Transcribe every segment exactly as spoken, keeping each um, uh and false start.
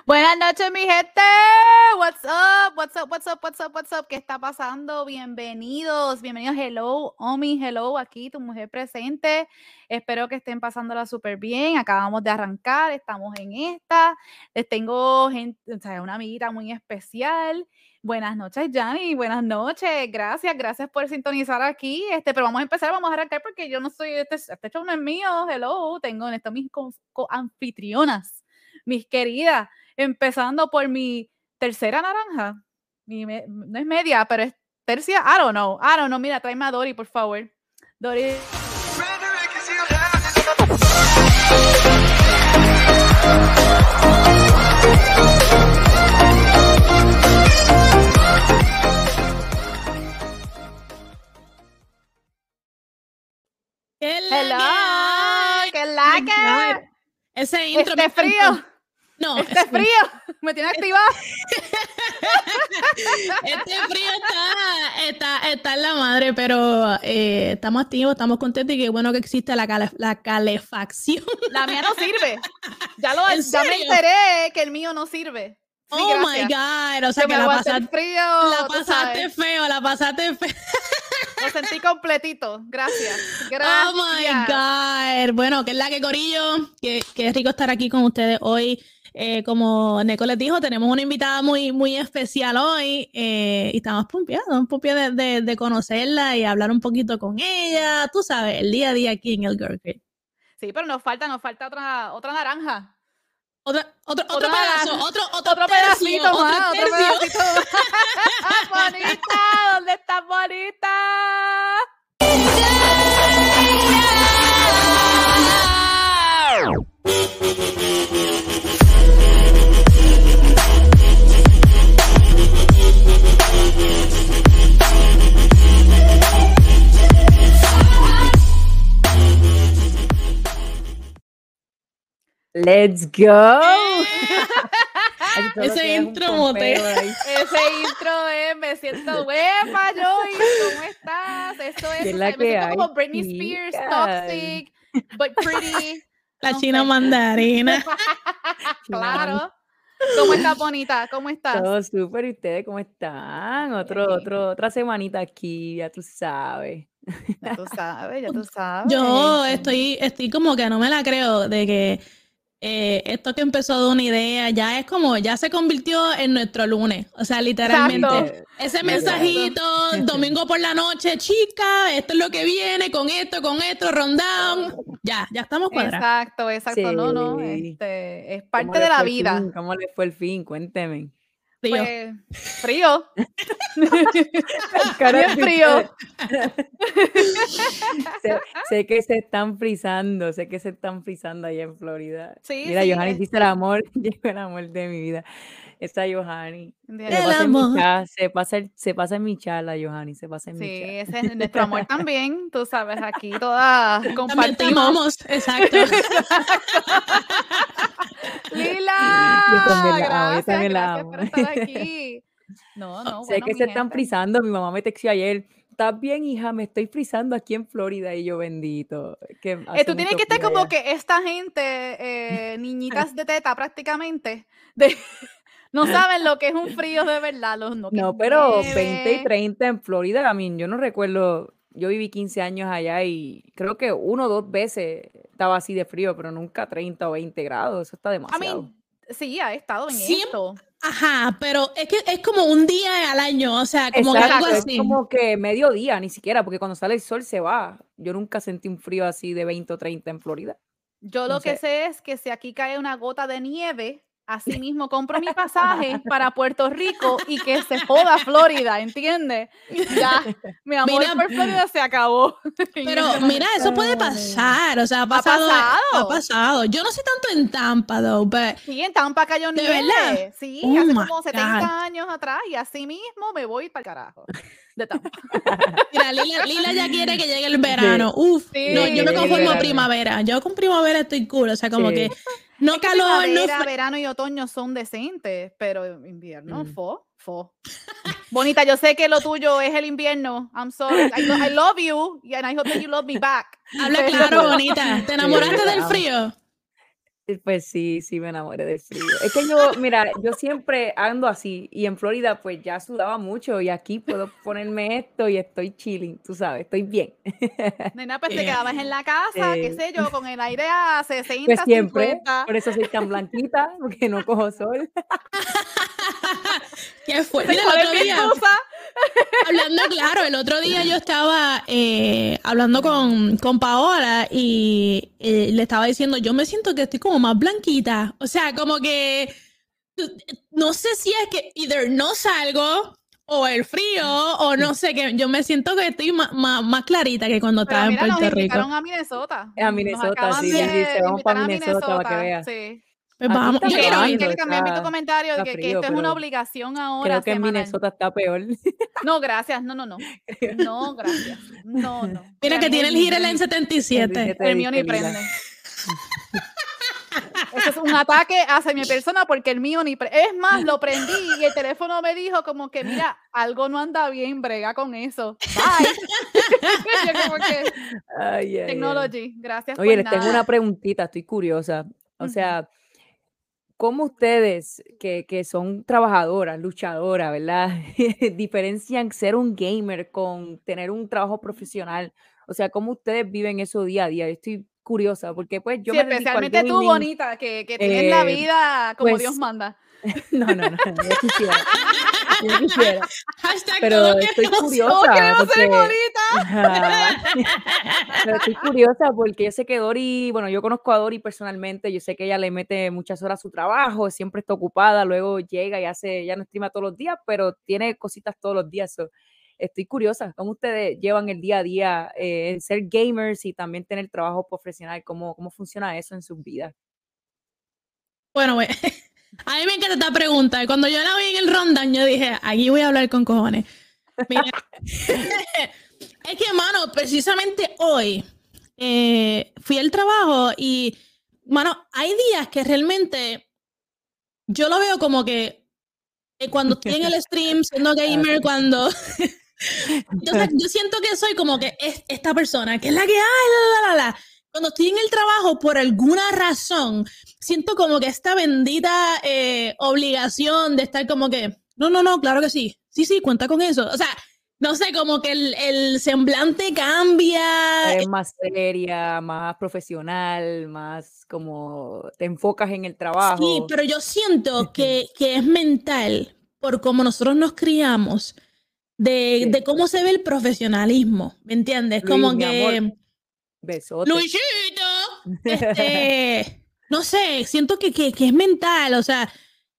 Buenas noches, mi gente. What's up? What's up? What's up? What's up? What's up? ¿Qué está pasando? Bienvenidos, bienvenidos. Hello, Omi, hello, aquí tu mujer presente. Espero que estén pasándola súper bien. Acabamos de arrancar, estamos en esta. Les tengo gente, o sea, una amiguita muy especial. Buenas noches, Yanni. Buenas noches. Gracias, gracias por sintonizar aquí. Este, pero vamos a empezar, vamos a arrancar porque yo no soy, este, este show no es mío. Hello, tengo en esto mis co-anfitrionas, mis queridas. Empezando por mi tercera naranja. Mi me, no es media, pero es tercia. I don't know. I don't know. Mira, tráeme a Dori, por favor. Dori. Hello. ¿Qué la que? Ese intro. Este frío. No, este es frío, me tiene activado. Este frío está, está, está en la madre, pero eh, estamos activos, estamos contentos y qué bueno que existe la, cale, la calefacción. La mía no sirve. Ya, lo, ya me enteré que el mío no sirve. Sí, oh gracias. my God, o sea Yo que la pasaste, frío, la pasaste feo, la pasaste feo. Lo sentí completito, gracias. gracias. Oh my God. Bueno, que es la que corillo, que, que es rico estar aquí con ustedes hoy. Eh, como Neko les dijo, tenemos una invitada muy, muy especial hoy eh, y estamos pompeados, pompeados de, de, de conocerla y hablar un poquito con ella. Tú sabes, el día a día aquí en el Girl Grid. Sí, pero nos falta, nos falta otra, otra naranja. Otra, otro, otro otra pedazo, naranja. otro, otro, otro tercio, pedacito otro más, tercio. otro pedacito. Bonita, ¿dónde estás, bonita? Let's go. Ese intro mote. Ese intro es, me siento huepa, Joy. ¿Cómo estás? Esto es, o sea, me siento como Britney Spears, toxic, but pretty. La no china sé. mandarina. Claro. ¿Cómo estás, bonita? ¿Cómo estás? Todo súper. ¿Y ustedes cómo están? Otro, otro, otra semanita aquí, ya tú sabes. Ya tú sabes, ya tú sabes. Yo estoy, estoy como que no me la creo de que eh, esto que empezó de una idea ya es como, ya se convirtió en nuestro lunes. O sea, literalmente, Exacto. ese mensajito, domingo por la noche, chica, esto es lo que viene, con esto, con esto, rundown. Ya, ya estamos cuadrados. Exacto, exacto. Sí. No, no, este, es parte de la vida. Fin? ¿Cómo le fue el fin? Cuénteme. Frío. Pues, frío. Bien frío. sé, sé que se están frizando, sé que se están frizando allá en Florida. Sí, Mira, sí, Johanny es... dice el amor, llegó el amor de mi vida. Esa Johanny. El Se pasa, amor. En mi chat, se, pasa, se pasa en mi charla, Johanny, se pasa en sí, mi chat. ese es nuestro amor también, tú sabes, aquí todas compartimos. También te amamos, exacto. Lila, Yo también la gracias, amo, yo también la gracias amo. por estar aquí. No, no, sé bueno, que mi se gente. están frizando, mi mamá me textió ayer, ¿estás bien, hija? Me estoy frizando aquí en Florida, y yo, bendito. Que Eh, tú tienes que estar como allá. Que esta gente, eh, niñitas de teta prácticamente, de, no saben lo que es un frío de verdad. Los, no, no pero nieve. veinte y treinta en Florida, a mí, yo no recuerdo, yo viví quince años allá y creo que uno o dos veces estaba así de frío, pero nunca treinta o veinte grados, eso está demasiado. I mean, sí, ha estado en Siempre, esto. Ajá, pero es que es como un día al año, o sea, como Exacto, algo así. Es como que medio día, ni siquiera, porque cuando sale el sol se va. Yo nunca sentí un frío así de veinte o treinta en Florida. Yo no lo sé. que sé es que si aquí cae una gota de nieve, así mismo compro mi pasaje para Puerto Rico y que se joda Florida, ¿entiendes? Ya, mi amor mira, por Florida se acabó. Pero mira, eso puede pasar, o sea, ha pasado. ¿Ha pasado? Ha pasado. Yo no sé tanto en Tampa, though, but... Sí, en Tampa cayó nieve. ¿De verdad? Sí, oh hace como setenta God. años atrás y así mismo me voy para el carajo. De Tampa. Mira, Lila, Lila ya quiere que llegue el verano. Sí. Uf, sí, no, yo me conformo a primavera. Yo con primavera estoy cool, o sea, como sí. que no es que calor, primavera, no verano y otoño son decentes, pero invierno, mm. fo, fo. Bonita, yo sé que lo tuyo es el invierno. I'm sorry. I, lo, I love you and I hope that you love me back. Habla claro, bonita. ¿Te enamoraste sí, del frío? Pues sí, sí me enamoré del frío. Es que yo, mira, yo siempre ando así y en Florida pues ya sudaba mucho y aquí puedo ponerme esto y estoy chilling, tú sabes, estoy bien. Nena, pues te Yeah. quedabas en la casa, qué Eh, sé yo, con el aire a pues sesenta, siempre, cincuenta. por eso soy tan blanquita, porque no cojo sol. ¿Qué fue? Esa Mira, igual el es otro mi día, excusa. hablando claro, el otro día yo estaba eh, hablando con, con Paola y eh, le estaba diciendo, yo me siento que estoy como más blanquita. O sea, como que no sé si es que either no salgo o el frío o no sé, que yo me siento que estoy más, más, más clarita que cuando Pero estaba en mira, nos Puerto Rico. invitaron a Minnesota. A Nos Minnesota, acaban sí, Sí. sí, se de vamos para invitar a Minnesota para que Minnesota. veas. Sí. Pues Aquí vamos, está yo Kelly, quiero ir. nevando, Kelly también vi tu está, comentario de está que, que frío, esto es una pero obligación ahora creo que en semanal. Minnesota está peor. No, gracias. No, no, no. No, gracias. No, no. Mira Mira, que mi, tiene el mi, Girel en mi- setenta y siete. Enrique te el mío dice ni lila. prende. Eso es un ataque hacia mi persona porque el mío ni prende. Es más, lo prendí y el teléfono me dijo como que, mira, algo no anda bien, brega con eso. Bye. Yo como que, Ay, ay, ay. technology, gracias Oye, por les tengo una nada. preguntita, estoy curiosa. O Ujú. sea, ¿cómo ustedes, que, que son trabajadoras, luchadoras, ¿verdad? diferencian ser un gamer con tener un trabajo profesional? O sea, ¿cómo ustedes viven eso día a día? Yo estoy curiosa porque pues yo Sí, me dedico al especialmente tú, gaming, bonita, que, que tienes la eh, vida como Dios pues manda. no, no, no, yo quisiera, yo quisiera, Hashtag pero todos estoy queremos ser- Todos curiosa queremos ser porque... bonitas. Ajá. Pero estoy curiosa porque yo sé que Dori, bueno, yo conozco a Dori personalmente, yo sé que ella le mete muchas horas a su trabajo, siempre está ocupada, luego llega y hace, ya no streama todos los días, pero tiene cositas todos los días. So, estoy curiosa, ¿cómo ustedes llevan el día a día eh, en ser gamers y también tener trabajo profesional? ¿Cómo, cómo funciona eso en sus vidas? Bueno, pues, a mí me encanta esta pregunta. Y cuando yo la vi en el rundown, yo dije, aquí voy a hablar con cojones. Mira, es que, mano, precisamente hoy eh, fui al trabajo y, mano, hay días que realmente yo lo veo como que eh, cuando estoy en el stream siendo gamer, cuando... Entonces, yo siento que soy como que es esta persona, que es la que, ay, la, la, la, la. Cuando estoy en el trabajo, por alguna razón, siento como que esta bendita eh, obligación de estar como que, no, no, no, claro que sí, sí, sí, cuenta con eso. O sea, no sé, como que el, el semblante cambia. Eres más seria, más profesional, más como te enfocas en el Sí, trabajo. pero yo siento que, que es mental por cómo nosotros nos criamos, de, Sí. de cómo se ve el profesionalismo, ¿me entiendes? Luis, Como mi amor, que... besote. Luisito, este, no sé, siento que, que, que es mental, o sea,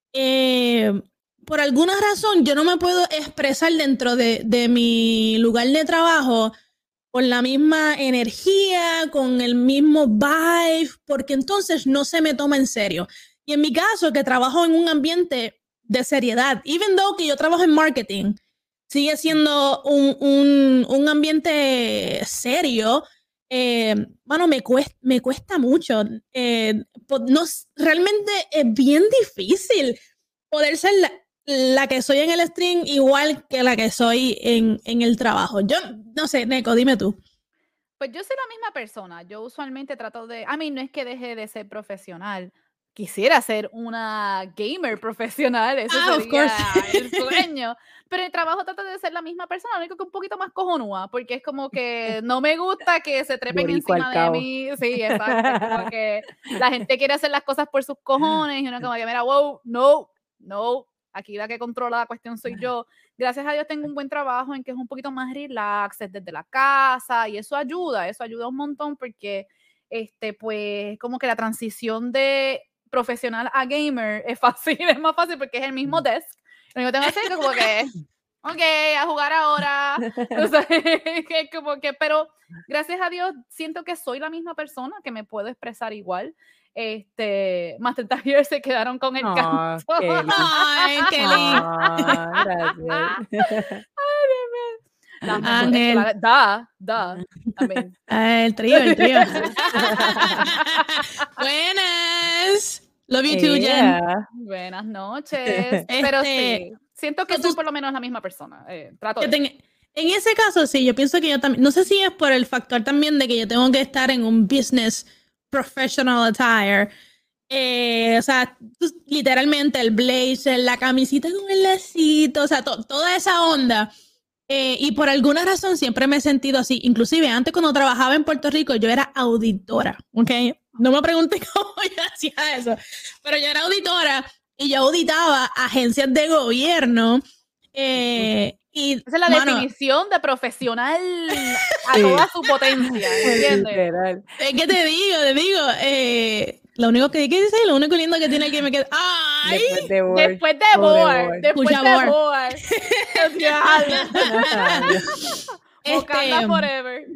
eh, por alguna razón yo no me puedo expresar dentro de, de mi lugar de trabajo con la misma energía, con el mismo vibe, porque entonces no se me toma en serio. Y en mi caso, que trabajo en un ambiente de seriedad, even though que yo trabajo en marketing, sigue siendo un, un, un ambiente serio. Eh, bueno, me cuesta, me cuesta mucho. Eh, no, realmente es bien difícil poder ser la, la que soy en el stream igual que la que soy en, en el trabajo. Yo no sé, Neko, dime tú. Pues yo soy la misma persona. Yo usualmente trato de, a mí no es que deje de ser profesional. Quisiera ser una gamer profesional, eso Ah, of sería course. el sueño. Pero en el trabajo trato de ser la misma persona, lo único que un poquito más cojonúa, porque es como que no me gusta que se trepen Boricua al encima de cabo. mí. Sí, exacto. Es como que la gente quiere hacer las cosas por sus cojones y uno como que, mira, wow, no, no, aquí la que controla la cuestión soy yo. Gracias a Dios tengo un buen trabajo en que es un poquito más relax, es desde la casa y eso ayuda, eso ayuda un montón porque, este, pues, como que la transición de profesional a gamer es fácil, es más fácil porque es el mismo desk. Lo único que tengo que hacer es como que, ok, a jugar ahora. O sea, que como que, pero gracias a Dios siento que soy la misma persona, que me puedo expresar igual. Este, Master Tiger se quedaron con el Oh, canto. Kelly. Ay, qué lindo. Oh, gracias. Las mejores, Ángel. claro, da, da. I mean. Ah, el trío, el trío. Buenas. Love you too, Jen. Yeah. Buenas noches. Pero Este, sí, siento que tú- soy por lo menos la misma persona. Eh, trato que de. ten- en ese caso, sí, yo pienso que yo también, no sé si es por el factor también de que yo tengo que estar en un business professional attire, Eh, o sea, pues, literalmente el blazer, la camisita con el lacito, o sea, to toda esa onda. Eh, y por alguna razón siempre me he sentido así. Inclusive antes cuando trabajaba en Puerto Rico yo era auditora, ¿ok? No me pregunté cómo yo hacía eso, pero yo era auditora y yo auditaba agencias de gobierno. Eh, y, Esa es la mano, definición de profesional a sí. toda su potencia, ¿entiendes? Literal. Es que te digo, te digo, eh, lo único que ¿qué dice? Lo único lindo que tiene que me queda. ¡Ay! Después de Board. Después de Board. Después Escucha, de Board. Board. Wakanda Este, forever.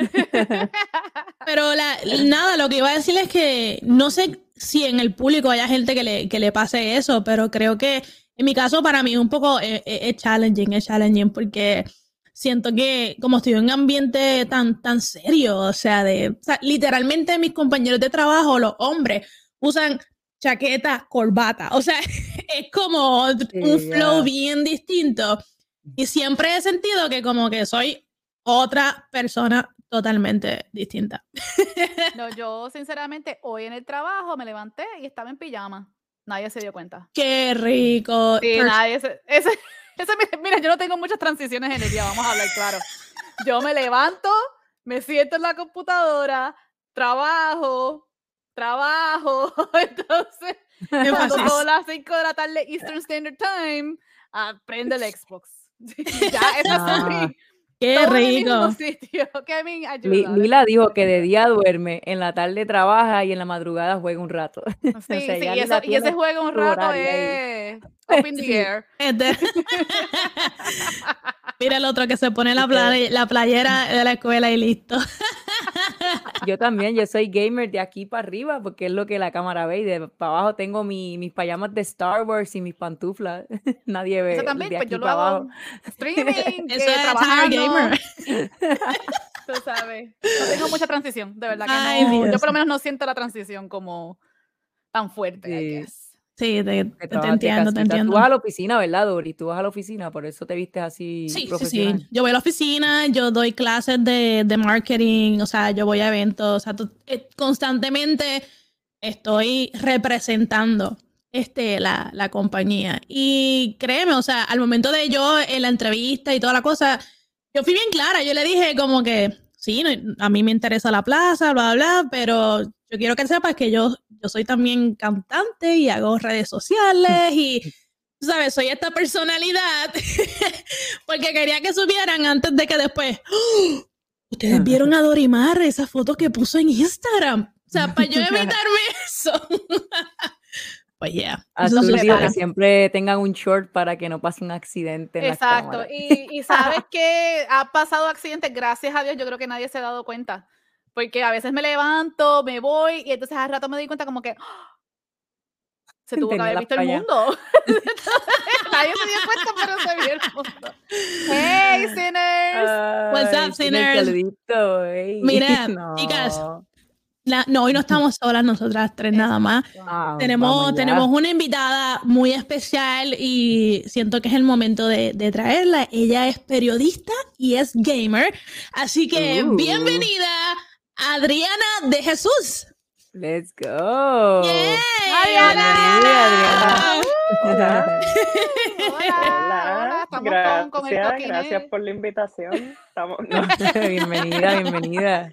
Pero la, nada, lo que iba a decir es que no sé si en el público haya gente que le, que le pase eso, pero creo que en mi caso para mí un poco es, es, es challenging, es challenging porque siento que como estoy en un ambiente tan, tan serio, o sea, de, o sea, literalmente mis compañeros de trabajo, los hombres, usan chaqueta, corbata, o sea, es como sí, un flow yeah. bien distinto y siempre he sentido que como que soy otra persona totalmente distinta. No, yo sinceramente hoy en el trabajo me levanté y estaba en pijama. Nadie se dio cuenta. ¡Qué rico! Sí, Per nadie se... Ese, ese, mira, yo no tengo muchas transiciones en el día, vamos a hablar claro. Yo me levanto, me siento en la computadora, trabajo, trabajo. Entonces, cuando son las cinco de la tarde Eastern Standard Time, uh, prende el Xbox. Ya, eso ah. es mi... ¡Qué todo rico! En el mismo sitio. Kevin, ayuda. Lila dijo que de día duerme, en la tarde trabaja y en la madrugada juega un rato. Sí, o sea, sí, y, eso, y ese juega un rato es up in the sí. air. Mira el otro que se pone la, play la playera de la escuela y listo. Yo también, yo soy gamer de aquí para arriba porque es lo que la cámara ve y de para abajo tengo mi, mis pajamas de Star Wars y mis pantuflas. Nadie ve. Eso también, de pues aquí yo lo para hago abajo. streaming, Eso eh, es trabajando. gamer. Tú sabes, no tengo mucha transición, de verdad que Ay, no. Dios. Yo por lo menos no siento la transición como tan fuerte, Sí. I guess. Sí, te, te, te entiendo, te entiendo. Tú vas a la oficina, ¿verdad, Dori? Tú vas a la oficina, por eso te vistes así sí, profesional. Sí, sí. Yo voy a la oficina, yo doy clases de, de marketing, o sea, yo voy a eventos, o sea, tú, eh, constantemente estoy representando este, la, la compañía. Y créeme, o sea, al momento de yo en la entrevista y toda la cosa, yo fui bien clara, yo le dije como que, sí, no, a mí me interesa la plaza, bla, bla, pero yo quiero que sepas que yo, yo soy también cantante y hago redes sociales y, tú sabes, soy esta personalidad porque quería que supieran antes de que después, ¡oh! Ustedes vieron a Dorimar, esas fotos que puso en Instagram. O sea, para yo evitarme eso. Pues ya. Yeah. Así que siempre tengan un short para que no pase un accidente en Exacto. la y, y sabes que ha pasado accidentes, gracias a Dios, yo creo que nadie se ha dado cuenta. Porque a veces me levanto, me voy y entonces al rato me doy cuenta como que ¡oh! Se tuvo Tenía que haber visto el mundo. Nadie se dio cuenta, pero se vio el mundo. Hey, sinners. Ay, What's up, sinners? Saludito, hey. Mira, no. chicas. La, no, hoy no estamos solas nosotras tres nada más. Ah, tenemos, tenemos una invitada muy especial y siento que es el momento de, de traerla. Ella es periodista y es gamer. Así que uh. bienvenida, Adriana de Jesús. Let's go. Yeah. Adriana. Adriana. Hola. Hola. Hola. Estamos gracias, con, con el gracias por la invitación. Estamos, no. bienvenida, bienvenida.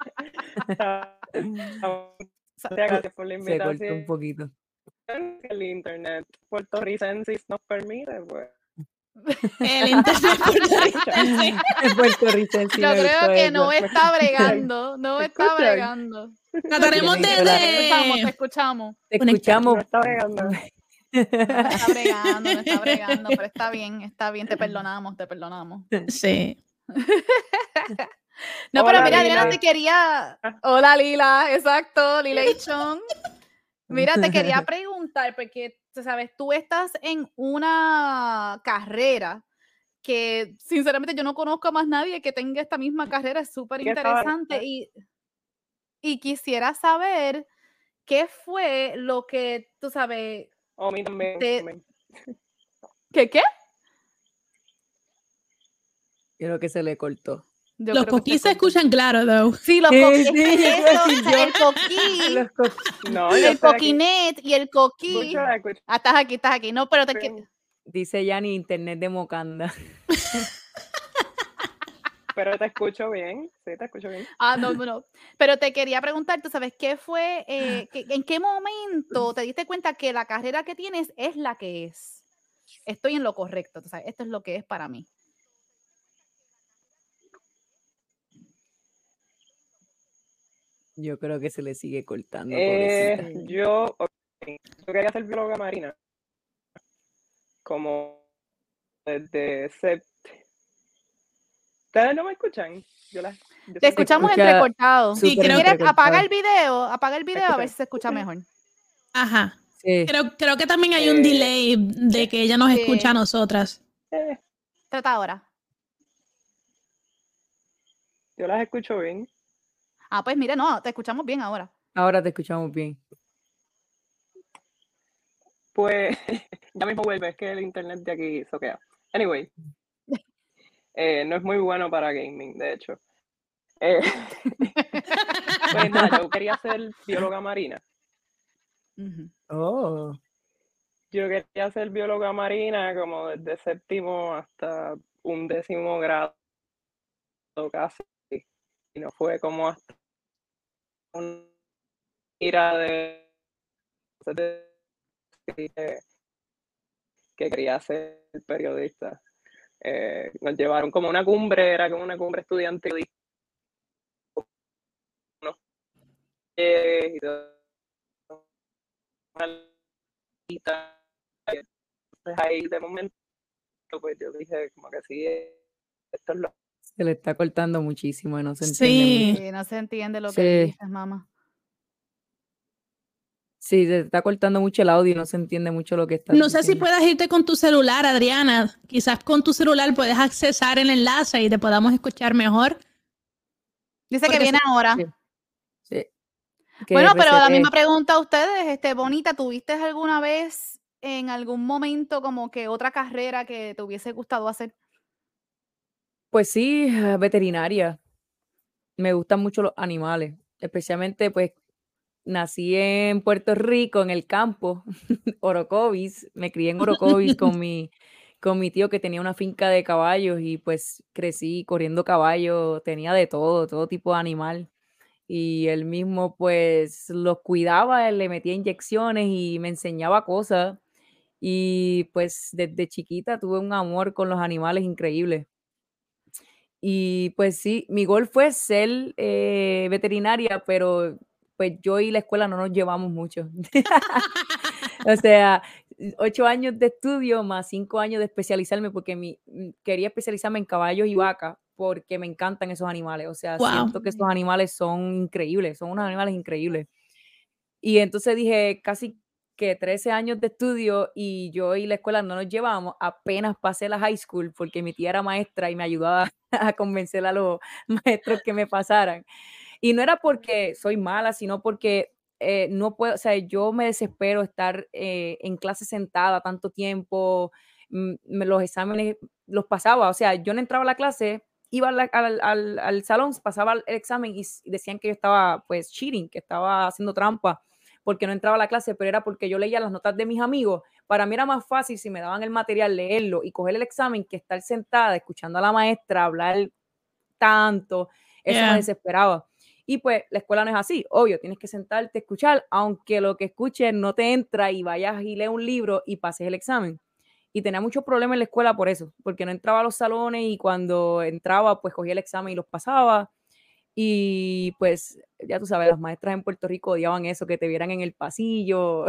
Gracias por la invitación. Se cortó un poquito. El internet puertorricense nos permite, pues. El internet puertorricense. Yo creo que no está bregando, no está bregando. Trataremos de... Te escuchamos, te escuchamos. Te escuchamos. No está bregando. No está bregando, no está bregando, pero está bien, está bien, te perdonamos, te perdonamos. Sí. No, Hola, pero mira, Lila. Adriana, te quería... Hola, Lila, exacto, Lilation. Mira, te quería preguntar, porque, sabes, tú estás en una carrera que, sinceramente, yo no conozco a más nadie que tenga esta misma carrera, es súper interesante, y, y quisiera saber qué fue lo que, tú sabes... Oh, a mí también. Te... ¿Qué, qué? Creo que se le cortó. Yo Los creo que coquís estoy se escuchan claro, though. Sí, los Sí, coquí, sí, es que yo iba a eso, decir o sea, yo. el coquí, Los co- No, yo el estoy aquí. coquinet y el coquí. Escucha, escucha Ah, estás aquí, estás aquí. No, pero te que- bien. Dice Yani, internet de Mocanda. Pero te escucho bien. Sí, te escucho bien. Ah, no, no, no. Pero te quería preguntar, ¿tú sabes qué fue? eh, que- ¿En qué momento te diste cuenta que la carrera que tienes es la que es? Estoy en lo correcto, tú sabes, esto es lo que es para mí. Yo creo que se le sigue cortando, Eh, pobrecita. Sí. yo, ok, yo quería ser bióloga marina. Como desde sept... ¿Ustedes no me escuchan? Yo las... Yo Te siento que escuchamos me- escucha entrecortado. Sí, súper creo- ¿Quieres entrecortado. apagar el video? Apaga el ¿Me video a ver escuchan? si se escucha mejor. Ajá. Sí. Creo, creo que también hay un Eh, delay de que ella nos Sí. escucha a nosotras. eh, Trata ahora. yo las escucho bien. Ah, pues mire, no, te escuchamos bien ahora. Ahora te escuchamos bien. Pues ya mismo vuelve, es que el internet de aquí soquea. Anyway, eh, no es muy bueno para gaming, de hecho. Eh, pues nada, yo quería ser bióloga marina. Ujú. Oh. Yo quería ser bióloga marina como desde séptimo hasta un décimo grado casi. Y no fue como hasta una ira de, de- que, que quería ser periodista. Eh, nos llevaron como una cumbre, era como una cumbre estudiantil. Unos y todo, una lista. Entonces ahí de momento, pues yo dije como que sí, esto es lo Se le está cortando muchísimo y no se entiende Sí. mucho. Sí, no se entiende lo que Sí. dices, mamá. Sí, se está cortando mucho el audio y no se entiende mucho lo que estás No sé si diciendo. puedas irte con tu celular, Adriana. Quizás con tu celular puedes accesar el enlace y te podamos escuchar mejor. Dice que Porque viene se- ahora. Sí. Sí. Que Bueno, pero la reseteé. misma pregunta a ustedes, este, Bonita, ¿tuviste alguna vez en algún momento como que otra carrera que te hubiese gustado hacer? Pues sí, eh, veterinaria. Me gustan mucho los animales, especialmente pues nací en Puerto Rico, en el campo, Orocovis, me crié en Orocovis con mi, con mi tío que tenía una finca de caballos y pues crecí corriendo caballos, tenía de todo, todo tipo de animal. Y él mismo pues los cuidaba, él le metía inyecciones y me enseñaba cosas. Y pues desde chiquita tuve un amor con los animales increíble. Y pues sí, mi gol fue ser eh, veterinaria, pero pues yo y la escuela no nos llevamos mucho. O sea, ocho años de estudio más cinco años de especializarme porque mi, mm, quería especializarme en caballos y vacas porque me encantan esos animales. O sea, Wow. siento que esos animales son increíbles, son unos animales increíbles. Y entonces dije, casi que trece años de estudio y yo y la escuela no nos llevamos, apenas pasé la high school porque mi tía era maestra y me ayudaba a convencer a los maestros que me pasaran. Y no era porque soy mala, sino porque eh, no puedo, o sea, yo me desespero estar eh, en clase sentada tanto tiempo, mm, me- los exámenes los pasaba, o sea, yo no entraba a la clase, iba a la- al, al- al salón, pasaba el examen y, s- y decían que yo estaba pues cheating, que estaba haciendo trampa porque no entraba a la clase, pero era porque yo leía las notas de mis amigos. Para mí era más fácil si me daban el material, leerlo y coger el examen que estar sentada escuchando a la maestra hablar tanto. Eso me Yeah. desesperaba. Y pues la escuela no es así, obvio, tienes que sentarte, escuchar, aunque lo que escuches no te entra y vayas y lees un libro y pases el examen. Y tenía muchos problemas en la escuela por eso, porque no entraba a los salones y cuando entraba, pues cogía el examen y los pasaba. Y pues, ya tú sabes, las maestras en Puerto Rico odiaban eso, que te vieran en el pasillo.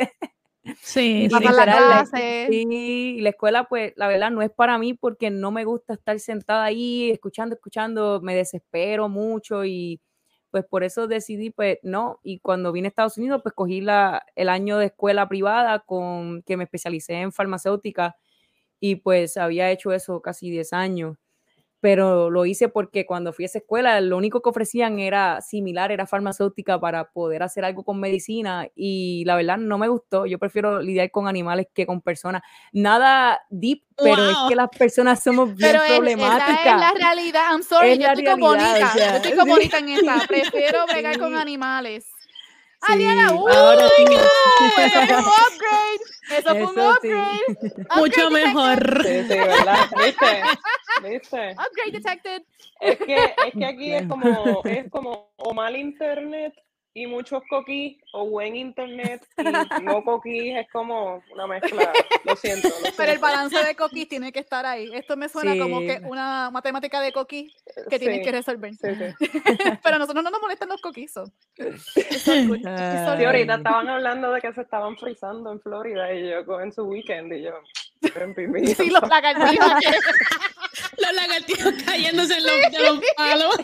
Sí, Y sí. Pasar la literal, la, clase. sí, la escuela, pues, la verdad no es para mí porque no me gusta estar sentada ahí, escuchando, escuchando, me desespero mucho y pues por eso decidí, pues, no. Y cuando vine a Estados Unidos, pues cogí la, el año de escuela privada con que me especialicé en farmacéutica y pues había hecho eso casi diez años. pero lo hice porque cuando fui a esa escuela lo único que ofrecían era similar, era farmacéutica para poder hacer algo con medicina y la verdad no me gustó. Yo prefiero lidiar con animales que con personas. Nada deep, pero Wow. es que las personas somos bien Pero es, problemáticas. esa es la realidad. I'm sorry, Es yo la estoy con realidad, bonita. o sea, yo estoy con sí. bonita en esta. Prefiero bregar Sí. con animales. Sí, Adriana, ¡uh! ahora sí. Eso fue un upgrade. Eso fue un Eso sí. upgrade. Mucho Upgrade mejor. Sí, sí, ¿verdad? ¿Viste? ¿Viste? detected. Upgrade detected. Es que, es que aquí es como, es como o mal internet y muchos coquís, o buen internet y no coquís, es como una mezcla. Lo siento, lo siento. Pero el balance de coquís tiene que estar ahí. Esto me suena como Sí. que una matemática de coquís que tienes Sí, que resolver. sí, sí. Pero a nosotros no nos molestan los coquís. so. It's all good. It's all Sí, good. ahorita estaban hablando de que se estaban frizando en Florida y yo en su weekend y yo en pipí. Sí, los lagartijos. Los lagartijos cayéndose en los, de los palos.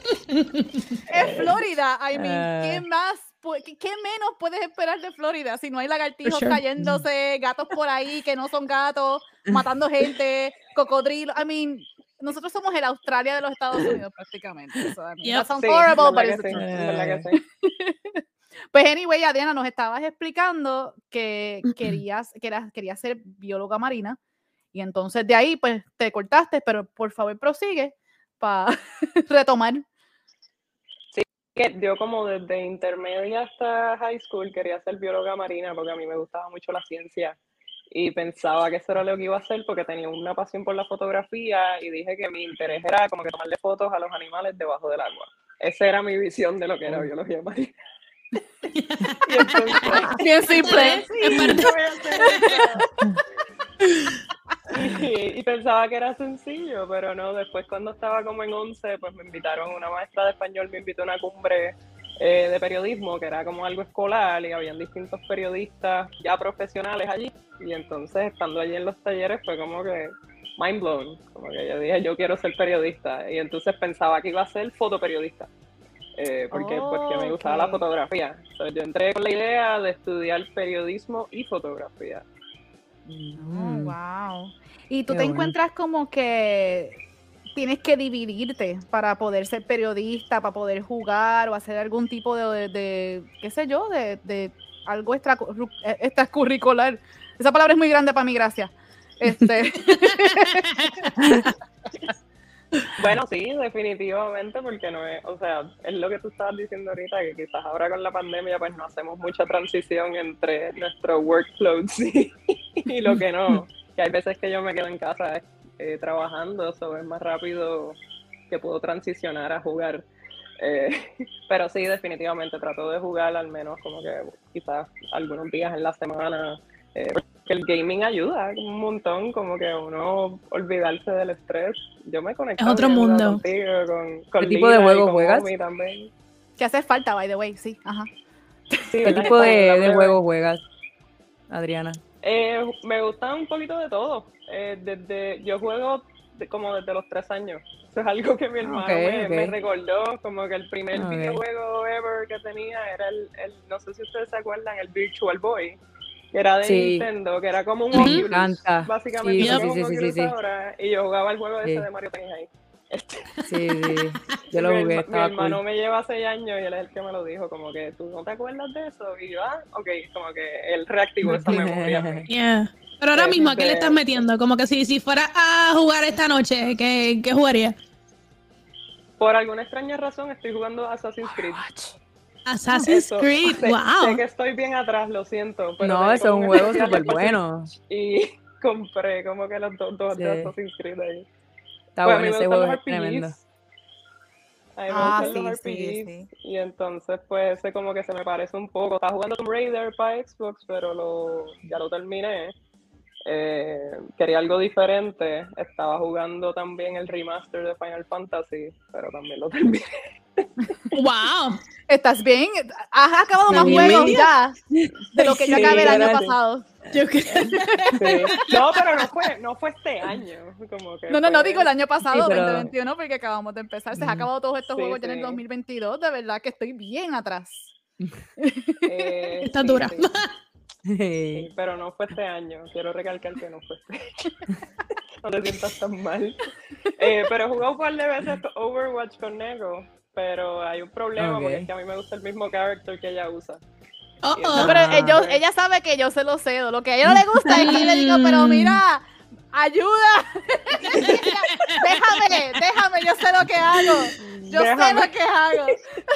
Es Florida. I mean, Ah. ¿qué más? pu- ¿Qué, qué menos puedes esperar de Florida si no hay lagartijos sure. cayéndose, gatos por ahí que no son gatos, matando gente, cocodrilos? I mean, nosotros somos el Australia de los Estados Unidos prácticamente. So, I mean, Yep. that sounds Sí, horrible, ¿verdad but que it's the sí? truth. ¿Verdad que sí? Pues anyway, Adriana, nos estabas explicando que querías, que eras- querías ser bióloga marina y entonces de ahí pues te cortaste, pero por favor prosigue para retomar. Que yo como desde intermedia hasta high school quería ser bióloga marina porque a mí me gustaba mucho la ciencia y pensaba que eso era lo que iba a hacer porque tenía una pasión por la fotografía y dije que mi interés era como que tomarle fotos a los animales debajo del agua. Esa era mi visión de lo que era biología marina. Y entonces, Bien simple. sí, yo voy a hacer eso. Y, y pensaba que era sencillo, pero no, después cuando estaba como en once, pues me invitaron, una maestra de español me invitó a una cumbre eh, de periodismo, que era como algo escolar, y habían distintos periodistas ya profesionales allí, y entonces estando allí en los talleres fue como que mind blown, como que yo dije, yo quiero ser periodista, y entonces pensaba que iba a ser fotoperiodista. Eh, porque, Oh, porque me gustaba la ok. fotografía. Entonces, yo entré con la idea de estudiar periodismo y fotografía. Oh, Mm. wow. Y tú Qué te bueno. encuentras como que tienes que dividirte para poder ser periodista, para poder jugar o hacer algún tipo de, de, de, qué sé yo, de, de algo extracurricular. extracurricular. Esa palabra es muy grande para mi gracia. Este, Bueno, sí, definitivamente, porque no es, o sea, es lo que tú estabas diciendo ahorita, que quizás ahora con la pandemia pues no hacemos mucha transición entre nuestro workflow sí, y lo que no. Que hay veces que yo me quedo en casa eh, trabajando, eso es más rápido que puedo transicionar a jugar. Eh, pero sí, definitivamente trato de jugar al menos como que quizás algunos días en la semana. Eh, porque el gaming ayuda un montón, como que uno olvidarse del estrés. Yo me conecto Es otro mundo. contigo, con, con ¿Qué tipo de Lila y juego con juegas? Omi también. que hace falta, by the way, sí. Ajá. Sí, ¿Qué ¿verdad? tipo Estamos de, en la de breve. juego juegas, Adriana? Eh, me gusta un poquito de todo. Eh, desde, yo juego de- como desde los tres años. Eso es algo que mi hermano Ok, me, ok. me recordó, como que el primer Ok. videojuego ever que tenía era el, el, no sé si ustedes se acuerdan, el Virtual Boy, que era de Sí. Nintendo, que era como un Me Oculus, encanta. básicamente Sí, como sí, un sí, sí, sí, Oculus sí. ahora, y yo jugaba el juego ese Sí. de Mario Tennis ahí. Este, Sí, sí. Yo lo mi, jugué, herma- mi estaba hermano cool. me lleva seis años y él es el que me lo dijo, como que tú no te acuerdas de eso, y yo, ah, ok, como que él reactivó esa memoria en mí. Yeah. Pero ahora mismo, ¿a qué le estás Este, metiendo? Como que si, si fuera a jugar esta noche, ¿qué, qué jugaría? Por alguna extraña razón estoy jugando Assassin's Creed. Assassin's Eso, Creed, sé, sé wow. que estoy bien atrás, lo siento, pero No, tenía eso es como un juego especial de súper Assassin's- bueno. Y compré como que los dos, dos de Sí. Assassin's Creed ahí. Está Pues a bueno, mí me ese gustan juego los es tremendo. R P Gs. A mí me Ah, gustan sí, los sí, R P Gs. sí. Y entonces, pues, ese como que se me parece un poco. Estaba jugando Tomb Raider para Xbox, pero lo, ya lo terminé. Eh, quería algo diferente. Estaba jugando también el remaster de Final Fantasy, pero también lo terminé. Wow. ¿Estás bien? Has acabado más Sí. juegos ya de lo que yo Sí, acabé el año literal. pasado. Yo creo. Sí. No, pero no fue, no fue este año. Como que No, no, no fue- digo el año pasado, Sí, pero- veinte veintiuno, porque acabamos de empezar. Se han Ujú. acabado todos estos Sí, juegos ya en el sí. dos mil veintidós. De verdad que estoy bien atrás. Eh, Está sí, dura. sí, sí, pero no fue este año. Quiero recalcar que no fue este año. no te sientas tan mal. Eh, pero he jugado un par de veces Overwatch con Nego, pero hay un problema porque Ok. es que a mí me gusta el mismo character que ella usa. Oh, Y oh. No, pero Ah. eh, yo- ella sabe que yo se lo cedo. Lo que a ella no le gusta es que yo le digo, pero mira, ayuda. déjame, déjame, yo sé lo que hago. Yo sé Déjame. lo que hago.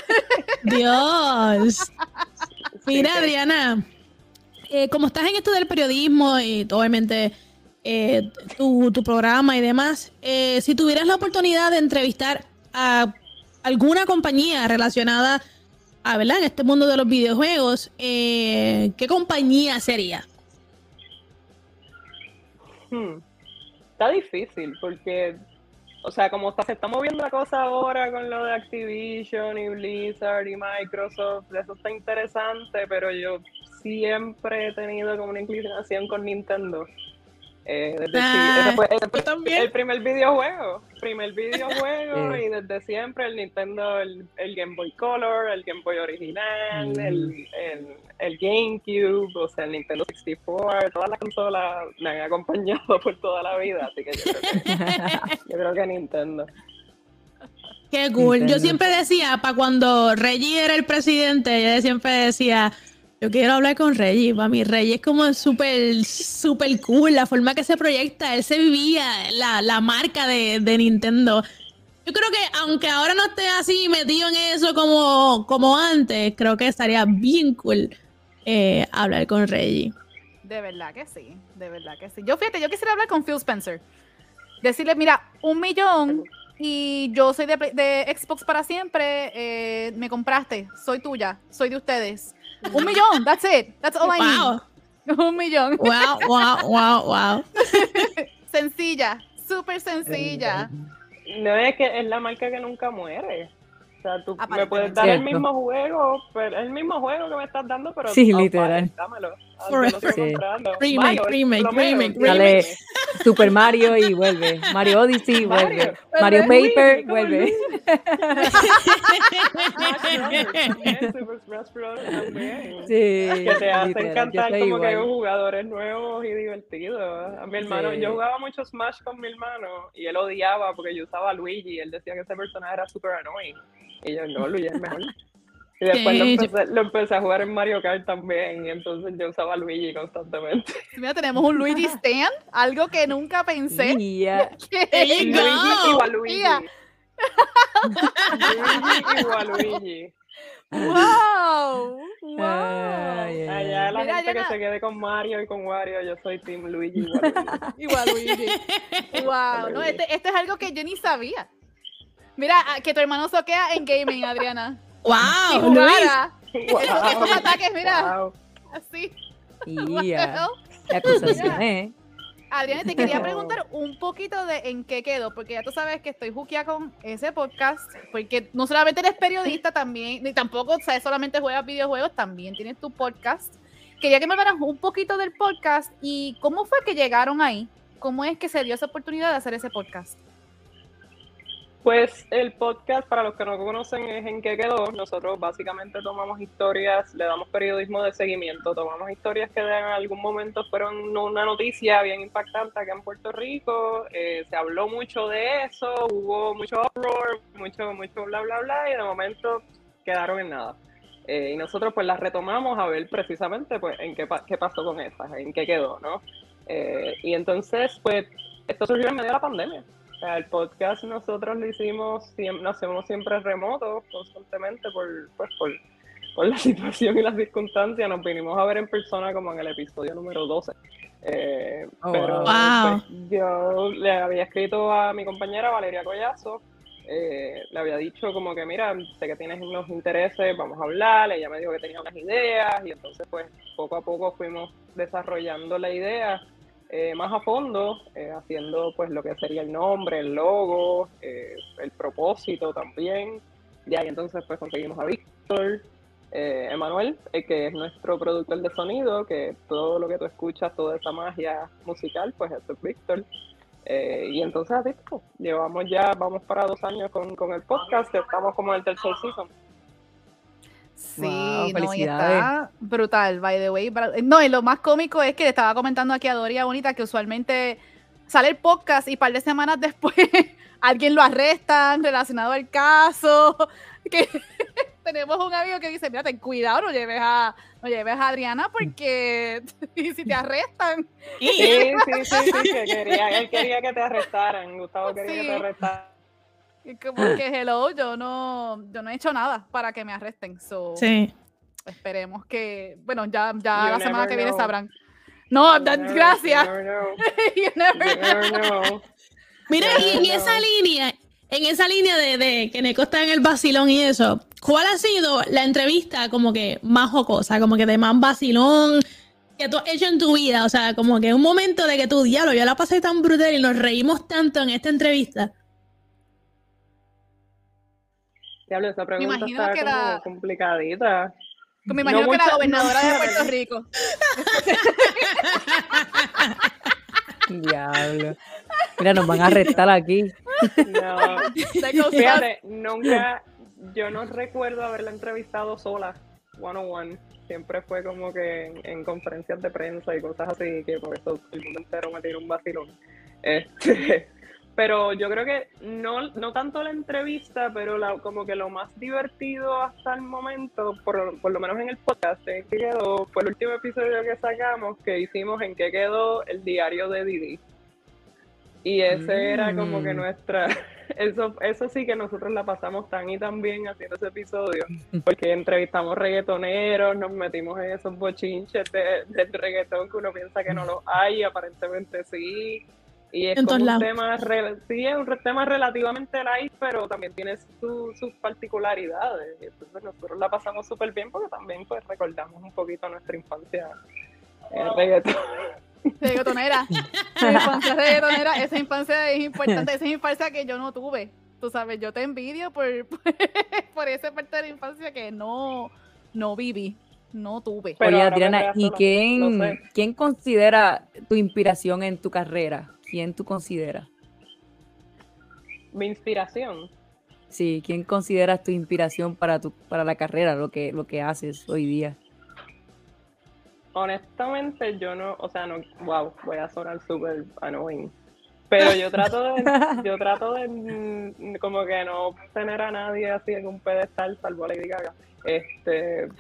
Dios. Mira, sí. Adriana, eh, como estás en esto del periodismo y obviamente eh, tu, tu programa y demás, eh, si tuvieras la oportunidad de entrevistar a alguna compañía relacionada a, ¿verdad? En este mundo de los videojuegos, eh, ¿qué compañía sería? Hmm. Está difícil porque, o sea, como está, se está moviendo la cosa ahora con lo de Activision y Blizzard y Microsoft, eso está interesante, pero yo siempre he tenido como una inclinación con Nintendo. Eh, desde Ah, chi- ese fue, ese yo fue también. el primer videojuego, primer videojuego Sí. y desde siempre el Nintendo, el, el Game Boy Color, el Game Boy original, Mm. el, el, el GameCube, o sea, el Nintendo sesenta y cuatro, todas las consolas me han acompañado por toda la vida, así que yo creo que, yo creo que Nintendo. Qué cool. Yo Nintendo. siempre decía, para cuando Reggie era el presidente, yo siempre decía, yo quiero hablar con Reggie. Para mí, Reggie es como súper, súper cool. La forma que se proyecta, él se vivía la, la marca de, de Nintendo. Yo creo que, aunque ahora no esté así metido en eso como, como antes, creo que estaría bien cool eh, hablar con Reggie. De verdad que sí, de verdad que sí. Yo fíjate, yo quisiera hablar con Phil Spencer. Decirle, mira, un millón y yo soy de, Play- de Xbox para siempre, eh, me compraste, soy tuya, soy de ustedes. Un millón, that's it, that's all I Wow, need. Un millón. wow, wow, wow, wow. Sencilla, súper sencilla. No es que es la marca que nunca muere. O sea, tú me Aparentemente. puedes dar el Cierto. mismo juego, pero es el mismo juego que me estás dando, pero Sí, oh, literal. vale, dámelo. Ah, yo Forever. lo sigo Sí. comprando. Remake, Mario, remake, lo menos. remake, Sale remake. Super Mario y vuelve. Mario Odyssey Mario, vuelve. pero Mario es Paper Luigi, como vuelve. Luigi. Smash Brothers también, Super Smash Brothers también. Sí, Que te hacen literal, yo cantar estoy como que igual. jugadores nuevos y divertidos. A mi hermano, Sí. yo jugaba mucho Smash con mi hermano y él odiaba porque yo usaba a Luigi y él decía que ese personaje era super annoying. Y yo, no, Luigi es mejor. Y después lo, Sí, yo- empecé, lo empecé a jugar en Mario Kart también y entonces yo usaba a Luigi constantemente. Mira, tenemos un Luigi Stand, algo que nunca pensé. Yeah. There you Luigi go. igual Luigi. Mira. Luigi igual Luigi. ¡Wow! ¡Wow! Ay, ay, Allá la Mira, gente que Yana. se quede con Mario y con Wario, yo soy Team Luigi igual Luigi. Igual Luigi. ¡Wow! No, este, este es algo que yo ni sabía. Mira, ah, que tu hermano soquea en gaming, Adriana. Si Wow, Luis. jugara, esos, esos ataques, mira, Wow. así. Yeah. La acusación, ¿eh? Adriana, te quería No. preguntar un poquito de en qué quedó, porque ya tú sabes que estoy juqueada con ese podcast, porque no solamente eres periodista, también, ni tampoco o sea, solamente juegas videojuegos, también tienes tu podcast. Quería que me hablaras un poquito del podcast y cómo fue que llegaron ahí, cómo es que se dio esa oportunidad de hacer ese podcast. Pues el podcast, para los que no conocen, es En qué quedó. Nosotros básicamente tomamos historias, le damos periodismo de seguimiento, tomamos historias que en algún momento fueron una noticia bien impactante acá en Puerto Rico, eh, se habló mucho de eso, hubo mucho uproar, mucho, mucho bla, bla, bla, y de momento quedaron en nada. Eh, y nosotros pues las retomamos a ver precisamente pues en qué, pa- qué pasó con esas, en qué quedó, ¿no? Eh, y entonces pues esto surgió en medio de la pandemia. O sea, el podcast nosotros lo hicimos, siempre, lo hacemos siempre remoto, constantemente por, pues, por, por la situación y las circunstancias. Nos vinimos a ver en persona como en el episodio número doce. Eh, Oh, pero wow. pues, yo le había escrito a mi compañera Valeria Collazo, eh, le había dicho como que mira, sé que tienes unos intereses, vamos a hablar. Ella me dijo que tenía unas ideas y entonces pues poco a poco fuimos desarrollando la idea. Eh, más a fondo, eh, haciendo pues lo que sería el nombre, el logo, eh, el propósito también. Y ahí entonces pues conseguimos a Víctor, eh, Emanuel, eh, que es nuestro productor de sonido, que todo lo que tú escuchas, toda esa magia musical, pues eso es Víctor. Eh, y entonces así, pues, llevamos ya, vamos para dos años con, con el podcast, estamos como en el tercer season. Sí, Wow, no, y felicidades. está brutal, by the way. Bra- No, y lo más cómico es que le estaba comentando aquí a Doria Bonita que usualmente sale el podcast y un par de semanas después alguien lo arrestan relacionado al caso. Que tenemos un amigo que dice, mira, ten cuidado, no lleves a, no lleves a Adriana porque si te arrestan. Sí, sí, sí, sí, que quería, él quería que te arrestaran, Gustavo quería sí. que te arrestaran. Y como que, hello, yo no, yo no he hecho nada para que me arresten. So, sí. Esperemos que, bueno, ya, ya You la semana que know. viene sabrán. No, You that, never, gracias. You never know. You never You never know. Mira, You y en never esa know. línea, en esa línea de, de que Neko está en el vacilón y eso, ¿cuál ha sido la entrevista como que más jocosa, como que de más vacilón que tú has hecho en tu vida? O sea, como que un momento de que tú, diablo, yo la pasé tan brutal y nos reímos tanto en esta entrevista. Diablo, esa pregunta imagino está que como la- complicadita. Me imagino No que mucha- la gobernadora no, de Puerto Rico. Diablo. Mira, nos van a arrestar aquí. No, De cosas- fíjate, nunca, yo no recuerdo haberla entrevistado sola, one on one. Siempre fue como que en, en conferencias de prensa y cosas así, que por eso el mundo entero me tiró un vacilón. Este, pero yo creo que no, no tanto la entrevista, pero la, como que lo más divertido hasta el momento, por, por lo menos en el podcast, en que quedó, fue el último episodio que sacamos, que hicimos en que quedó el diario de Didi. Y ese mm. era como que nuestra, eso, eso sí que nosotros la pasamos tan y tan bien haciendo ese episodio, porque entrevistamos reggaetoneros, nos metimos en esos bochinches de, del reggaetón que uno piensa que no los hay, aparentemente sí. Y es como un tema, sí, es un tema relativamente light, pero también tiene su, sus particularidades. Y entonces nosotros la pasamos súper bien porque también pues recordamos un poquito nuestra infancia en el reggaetón. Reggaetonera. Esa infancia reggaetonera, esa infancia es importante, esa infancia que yo no tuve. Tú sabes, yo te envidio por, por, por esa parte de la infancia que no, no viví, no tuve. Pero oye, Adriana, ¿y quién, quién considera tu inspiración en tu carrera? ¿Quién tú consideras? Mi inspiración. Sí, ¿quién consideras tu inspiración para tu para la carrera, lo que lo que haces hoy día? Honestamente, yo no, o sea, no, wow, voy a sonar súper annoying. Pero yo trato de, yo trato de como que no tener a nadie así en un pedestal, salvo a Lady Gaga. Este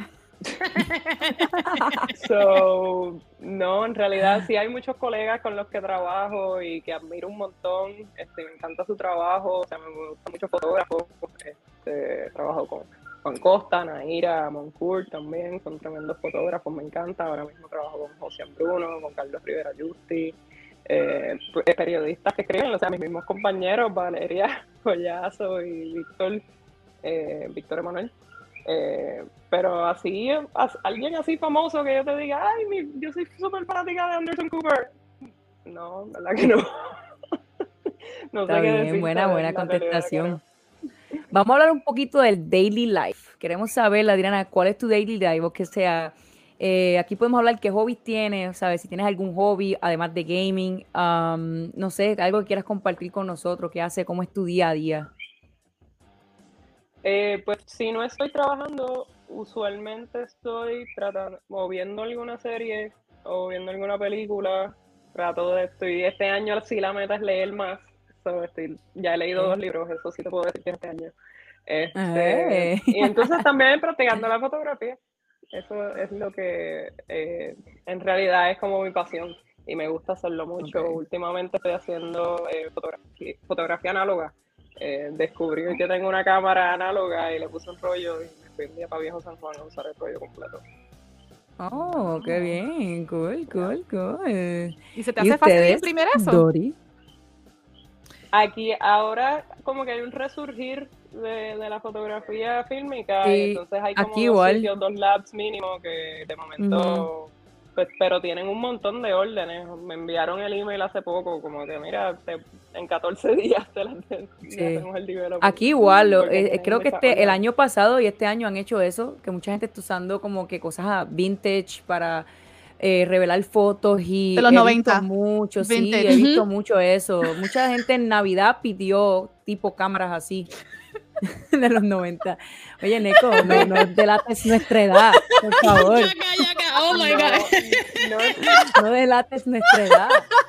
So, no, en realidad sí hay muchos colegas con los que trabajo y que admiro un montón, este, me encanta su trabajo, o sea, me gustan muchos fotógrafos, este, trabajo con Juan Costa, Naira, Moncourt también, son tremendos fotógrafos, me encanta, ahora mismo trabajo con José Bruno, con Carlos Rivera Justi, eh, periodistas que escriben, o sea, mis mismos compañeros, Valeria Collazo y Víctor, eh, Víctor Emanuel. Eh, pero así, as, alguien así famoso que yo te diga, ay, mi, yo soy súper fanática de Anderson Cooper. No, verdad que no. No Está sé bien, qué decir. buena, buena contestación. Vamos a hablar un poquito del daily life. Queremos saber, Adriana, ¿cuál es tu daily life? O que sea, eh, aquí podemos hablar qué hobbies tienes, ¿sabes? Si tienes algún hobby, además de gaming, um, no sé, algo que quieras compartir con nosotros, qué hace, cómo es tu día a día. Eh, pues si no estoy trabajando, usualmente estoy tratando, o viendo alguna serie o viendo alguna película. Trato de, estoy, este año sí la meta es leer más. So, estoy, ya he leído dos libros, eso sí te puedo decir que este año. Este, eh. Y entonces también practicando la fotografía. Eso es lo que eh, en realidad es como mi pasión y me gusta hacerlo mucho. Okay. Últimamente estoy haciendo eh, fotografía, fotografía análoga. Eh, descubrí que tengo una cámara análoga y le puse un rollo y me fui un día para Viejo San Juan a usar el rollo completo. Oh, qué bien, cool, cool, cool. ¿Y se te hace fácil imprimir eso? Dori. Aquí ahora como que hay un resurgir de, de la fotografía fílmica sí, y entonces hay como aquí dos igual. sitios, dos labs mínimo que de momento... Uh-huh. Pues, pero tienen un montón de órdenes. Me enviaron el email hace poco, como que mira, te, en catorce días te, la, te, sí. te hacemos el development. Aquí igual, lo, eh, creo que este, el año pasado y este año han hecho eso, que mucha gente está usando como que cosas vintage para eh, revelar fotos y de los he noventa. Visto mucho, vintage. Sí, he visto uh-huh. mucho eso. Mucha gente en Navidad pidió tipo cámaras así. De los noventa. Oye, Neko, no, no delates nuestra edad, por favor. Ya, ya, ya. Oh my God. No, no, no delates nuestra edad.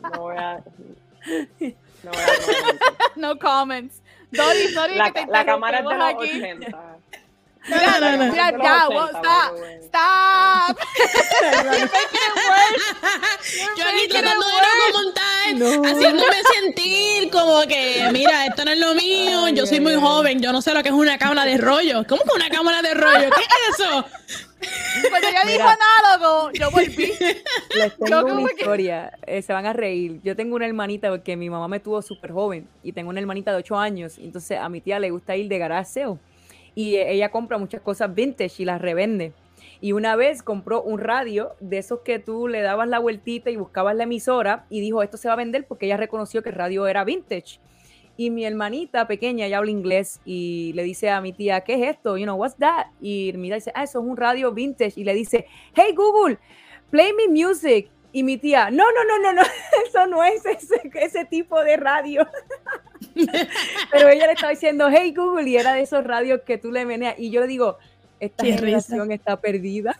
No voy a... No voy a comentar. No comments. Sorry, sorry La, que te la cámara es de los aquí. ochenta. Mira, No, no, no. mira, De los ya, ochenta, well, stop, by the way. stop. You're making it worse. You're Yo aquí making it tratando de worse. no comentar, No. haciéndome sentir como que, mira, esto no es lo mío, Ay, yo soy ay, muy ay. joven, yo no sé lo que es una cámara de rollo. ¿Cómo que una cámara de rollo? ¿Qué es eso? Cuando ella dijo Mira. análogo, yo volví. Les Yo tengo como una que- historia, eh, se van a reír. Yo tengo una hermanita porque mi mamá me tuvo súper joven y tengo una hermanita de ocho años. Y entonces a mi tía le gusta ir de garage sale y eh, ella compra muchas cosas vintage y las revende. Y una vez compró un radio de esos que tú le dabas la vueltita y buscabas la emisora y dijo, esto se va a vender porque ella reconoció que el radio era vintage. Y mi hermanita pequeña, ella habla inglés y le dice a mi tía, ¿qué es esto? You know, what's that? Y mi tía dice, ah, eso es un radio vintage. Y le dice, hey Google, play me music. Y mi tía, no, no, no, no, no, eso no es ese, ese tipo de radio. Pero ella le estaba diciendo, hey Google, y era de esos radios que tú le meneas. Y yo le digo, esta Qué generación risa. está perdida.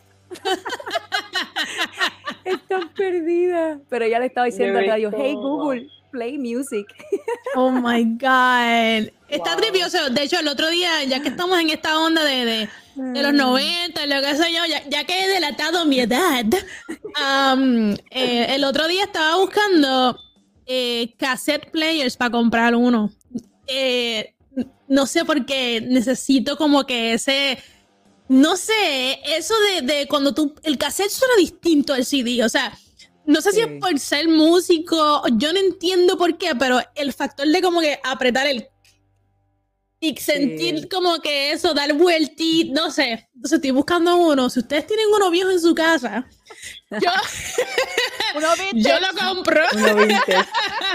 Está perdida. Pero ella le estaba diciendo Yo al he radio, visto- hey Google, play music. Oh my God. Está Wow. trivioso. De hecho, el otro día, ya que estamos en esta onda de, de, de los noventa, lo que sé yo, ya, ya que he delatado mi edad, um, eh, el otro día estaba buscando eh, cassette players para comprar uno. Eh, no sé por qué necesito como que ese, no sé, eso de, de cuando tú, el cassette suena distinto al C D, o sea, no sé si Sí. es por ser músico, yo no entiendo por qué, pero el factor de como que apretar el y sentir Sí. como que eso, dar vueltita, no sé. Entonces estoy buscando uno. Si ustedes tienen uno viejo en su casa, yo, Uno vintage. yo lo compro. Uno vintage.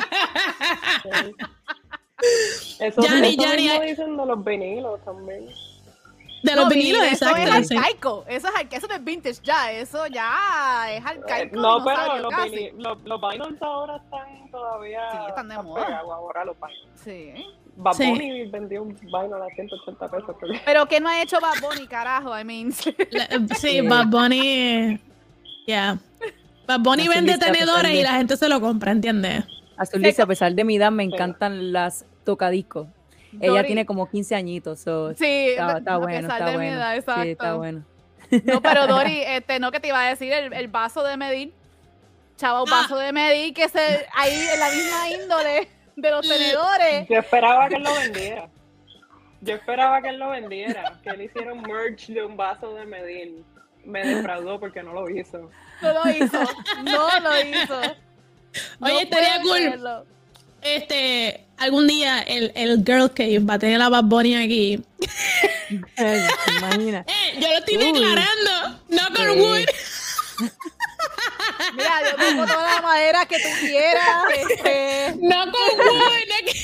Eso, Yanni, eso Yanni, mismo hay- dicen de los vinilos también. De los No, vinilos, eso exacto. es sí. arcaico. Eso es arcaico. Eso no es vintage ya. Eso ya es Eh, arcaico. no, pero dinosaurio los, casi. vini- los, los vinyls ahora están todavía Sí, están de moda. pegados ahora los vinyls. Sí. Bad Sí. Bunny vendió un vinyl a ciento ochenta pesos. creo que- Pero ¿qué no ha hecho Bad Bunny, carajo? I mean. La- eh, sí, Sí. Bad Bunny. Yeah. Bad Bunny Azul vende lista, a pesar tenedores de- y la gente se lo compra, ¿entiendes? Azul dice, a pesar de mi edad, me Sí. encantan las tocadiscos. Ella Dori. tiene como quince añitos. So, Sí, está, está a bueno, pesar está de mi bueno. edad, exacto. Sí, está bueno. No, pero Dori, este, no que te iba a decir el, el vaso de medir. Chava, un Ah. vaso de medir que se ahí en la misma índole de los tenedores. Yo esperaba que él lo vendiera. Yo esperaba que él lo vendiera. Que él hiciera un merch de un vaso de medir. Me defraudó porque no lo hizo. No lo hizo. No lo hizo. No Oye, estaría puedo cool. creerlo. Este, algún día el, el Girl Cave va a tener a Bad Bunny aquí. Ay, ¿te imaginas? Eh, yo lo estoy Uy. declarando. No con Sí. wood. Mira, yo tengo toda la madera que tú quieras. Este, No con wood. no que-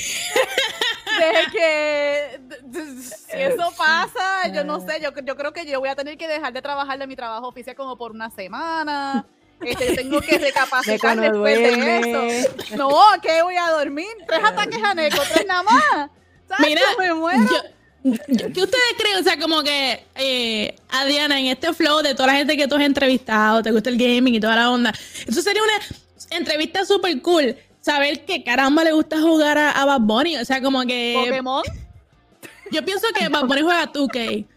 de que d- d- si eso pasa, yo no sé, yo, yo creo que yo voy a tener que dejar de trabajar de mi trabajo oficial como por una semana. Este, yo tengo que De recapacitar cuando después de duerme. eso. No, ¿qué voy a dormir? Tres ataques a Neco, tres nada más. ¿Sabes? Mira, Yo me muero. yo- yo- ¿qué ustedes creen? O sea, como que, eh, Adriana, en este flow de toda la gente que tú has entrevistado, te gusta el gaming y toda la onda, eso sería una entrevista súper cool. Saber que caramba le gusta jugar a, a Bad Bunny. O sea, como que. Pokémon. Yo pienso que Bad Bunny juega two K. N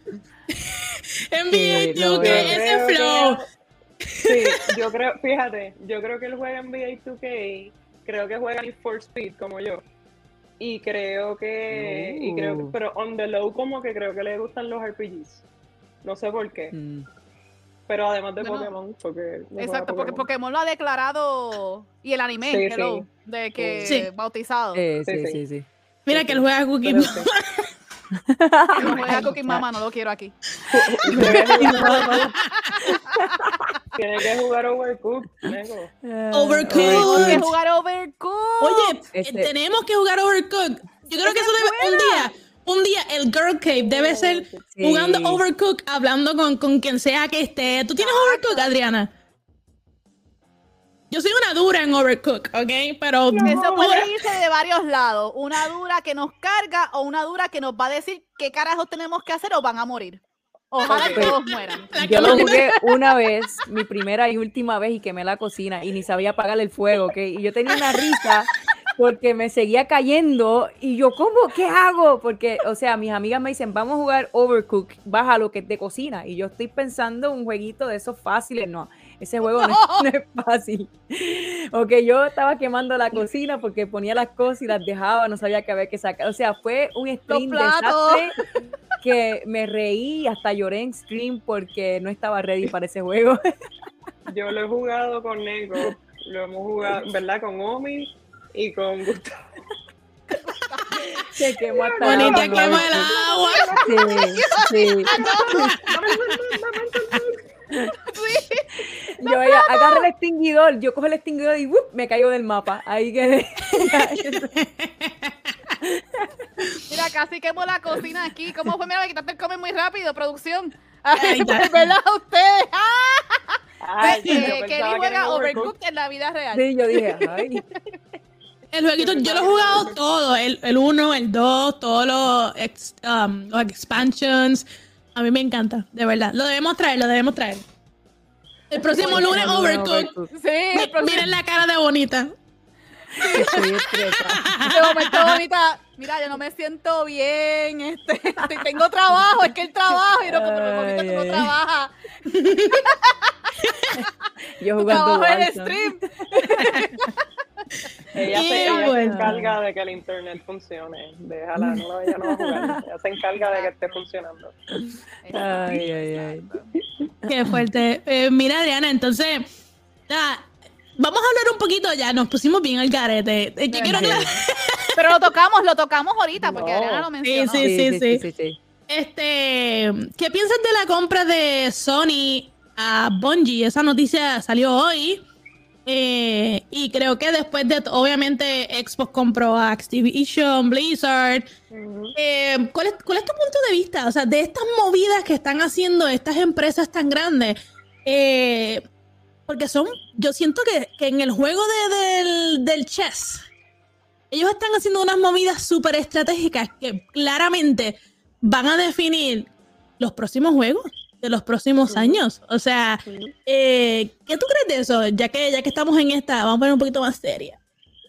B A Sí, no, two K, yo ese creo que- flow. Sí, yo creo, fíjate, yo creo que él juega en N B A dos K, creo que juega Need for Speed como yo. Y creo que, y creo que, Uh. pero on the low como que creo que le gustan los R P Gs. No sé por qué, Mm. pero además de Bueno, Pokémon, porque él juega Exacto, porque Pokémon. Pokémon lo ha declarado. Y el anime, Sí, hello, sí. de que Sí. bautizado. Sí, sí, Sí, sí, sí. sí. Mira que él juega Cookie Pero Mama. sí. No juega Cookie Mama, no lo quiero aquí. Tiene que jugar- Tiene que jugar Overcooked, nego. Overcooked. Tenemos que Good. jugar Overcooked. Oye, Este- eh, tenemos que jugar Overcooked. Yo creo que eso debe un día, un día el Girl Cave debe ser Sí. jugando Overcooked, hablando con, con quien sea que esté. ¿Tú tienes Overcooked, Adriana? Yo soy una dura en Overcooked, ¿ok? Pero Eso puede irse de varios lados. Una dura que nos carga o una dura que nos va a decir qué carajos tenemos que hacer o van a morir. Ojalá Ok. que todos mueran. La Yo que lo más- jugué una vez, mi primera y última vez, y quemé la cocina y ni sabía apagar el fuego, ¿ok? Y yo tenía una risa porque me seguía cayendo y yo, ¿cómo? ¿Qué hago? Porque, o sea, mis amigas me dicen, vamos a jugar Overcooked, baja lo que es de cocina. Y yo estoy pensando un jueguito de esos fáciles. No, ese juego no, es, no es fácil. Ok, yo estaba quemando la cocina porque ponía las cosas y las dejaba, no sabía qué había que sacar. O sea, fue un stream platos. desastre que me reí, hasta lloré en stream porque no estaba ready para ese juego. Yo lo he jugado con Neko, lo hemos jugado, ¿verdad? Con Omi y con Gustavo. Se quemó hasta Bonita el quema agua, el agua. Sí, sí. Yo ella, agarra el extinguidor, yo cojo el extinguidor y ¡wup! Me caigo del mapa. Ahí quedé. Mira, casi quemo la cocina aquí. ¿Cómo fue? Mira, me quitaste el come muy rápido, producción. Ahí Ay, está. pues, ¿verdad? Ustedes. Ay, que yo que pensaba Kelly que era juega Overcooked. Overcooked en la vida real. Sí, yo dije, ay. El jueguito, yo lo he jugado todo, el, el uno, el dos, todos los, ex- um, los expansions. A mí me encanta, de verdad. Lo debemos traer, lo debemos traer. El próximo lunes, Overcooked. Sí, el próximo- Miren la cara de bonita. Estoy estresada. de momento, bonita. Mira, yo no me siento bien. Este, este, tengo trabajo, es que el trabajo. Y no, pero bonita, tú no Ay, ay. trabajas. Yo Tu jugando trabajo en el Warzone. stream. Ella, se, Qué ella se bueno. encarga de que el internet funcione. Déjala, no, ella no va a jugar. Ella se encarga de que esté funcionando. Ay, ay, ay. Qué fuerte. Eh, mira, Adriana, entonces, nada, vamos a hablar un poquito ya. Nos pusimos bien al garete. Eh, Yo quiero que la- Pero lo tocamos, lo tocamos ahorita, porque No. Adriana lo mencionó. Sí, sí, sí. sí, sí. Este, ¿qué piensas de la compra de Sony a Bungie? Esa noticia salió hoy. Eh, y creo que después de, obviamente, Xbox compró a Activision, Blizzard. Eh, ¿cuál, es, ¿Cuál es tu punto de vista? O sea, de estas movidas que están haciendo estas empresas tan grandes. Eh, porque son, yo siento que, que en el juego de, del, del chess, ellos están haciendo unas movidas súper estratégicas que claramente van a definir los próximos juegos de los próximos Ujú. años. O sea, eh, ¿qué tú crees de eso? Ya que, ya que estamos en esta, vamos a poner un poquito más seria.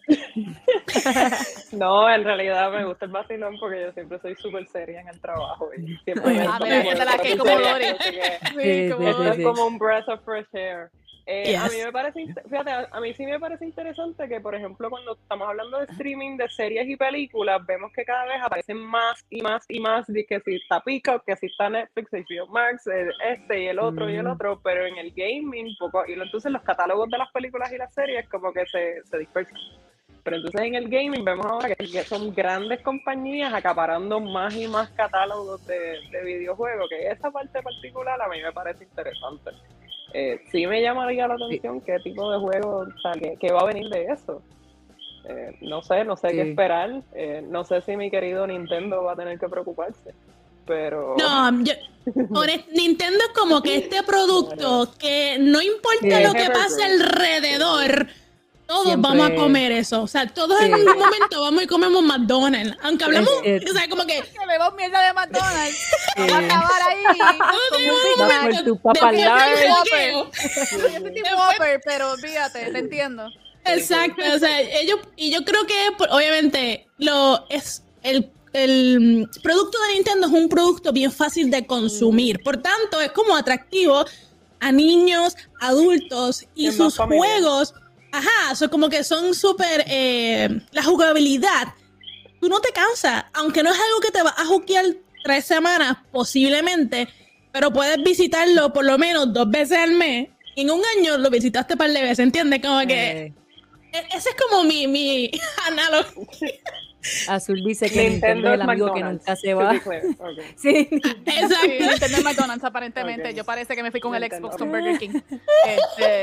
No, en realidad me gusta el vacilón porque yo siempre soy súper seria en el trabajo y siempre me Ah, tomo mira, por esta es la que el como seria, Lori. así que Sí, Sí, como sí, esto sí. es como un breath of fresh air. Eh, A Yes. mí me parece, in- fíjate, a a mí sí me parece interesante que, por ejemplo, cuando estamos hablando de streaming de series y películas, vemos que cada vez aparecen más y más y más de que si está Peacock, que si está Netflix, H B O Max, eh, este y el otro y el Mm. otro, pero en el gaming, poco, y entonces los catálogos de las películas y las series como que se, se dispersan. Pero entonces en el gaming vemos ahora que, que son grandes compañías acaparando más y más catálogos de, de videojuegos, que esa parte particular a mí me parece interesante. Eh, sí me llamaría la atención qué tipo de juego, o sea, qué, qué va a venir de eso. Eh, no sé, no sé qué Sí. esperar. Eh, no sé si mi querido Nintendo va a tener que preocuparse. Pero No, yo, honest- Nintendo es como que este producto que no importa Sí. lo que pase alrededor, todos Siempre- vamos a comer eso. O sea, todos en Sí. algún momento vamos y comemos McDonald's. Aunque hablamos, Es- o sea, como que Que bebamos mierda de McDonald's. Sí. Vamos a acabar ahí con un Big Va Mac. por tu después papa del large. bloqueo. Yo soy Team Whopper, pero fíjate, te entiendo. Exacto, o sea, ellos, y yo creo que por- obviamente lo es el, el producto de Nintendo es un producto bien fácil de consumir, por tanto es como atractivo a niños, adultos y Es más sus familiar. juegos, ajá, son como que son súper, eh, la jugabilidad, tú no te cansas, aunque no es algo que te va a juquear tres semanas posiblemente, pero puedes visitarlo por lo menos dos veces al mes. Y en un año lo visitaste un par de veces, ¿entiendes? Como que Eh, e- ese es como mi, mi analogía. Azul dice que Nintendo es el amigo que McDonald's, nunca se to va. be clear. Okay. Sí. Sí, Exacto. Nintendo y McDonald's aparentemente. Ok. Yo parece que me fui con el Nintendo. Xbox con Burger King. Este,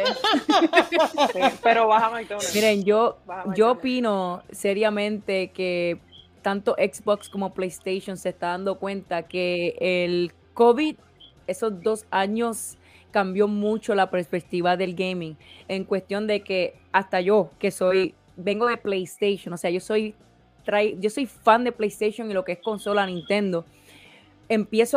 Sí, pero baja McDonald's. Miren, yo, Baja yo McDonald's. opino seriamente que tanto Xbox como PlayStation se está dando cuenta que el COVID, esos dos años, cambió mucho la perspectiva del gaming. En cuestión de que hasta yo, que soy, vengo de PlayStation, o sea, yo soy, trae, yo soy fan de PlayStation y lo que es consola Nintendo. Empiezo a hacer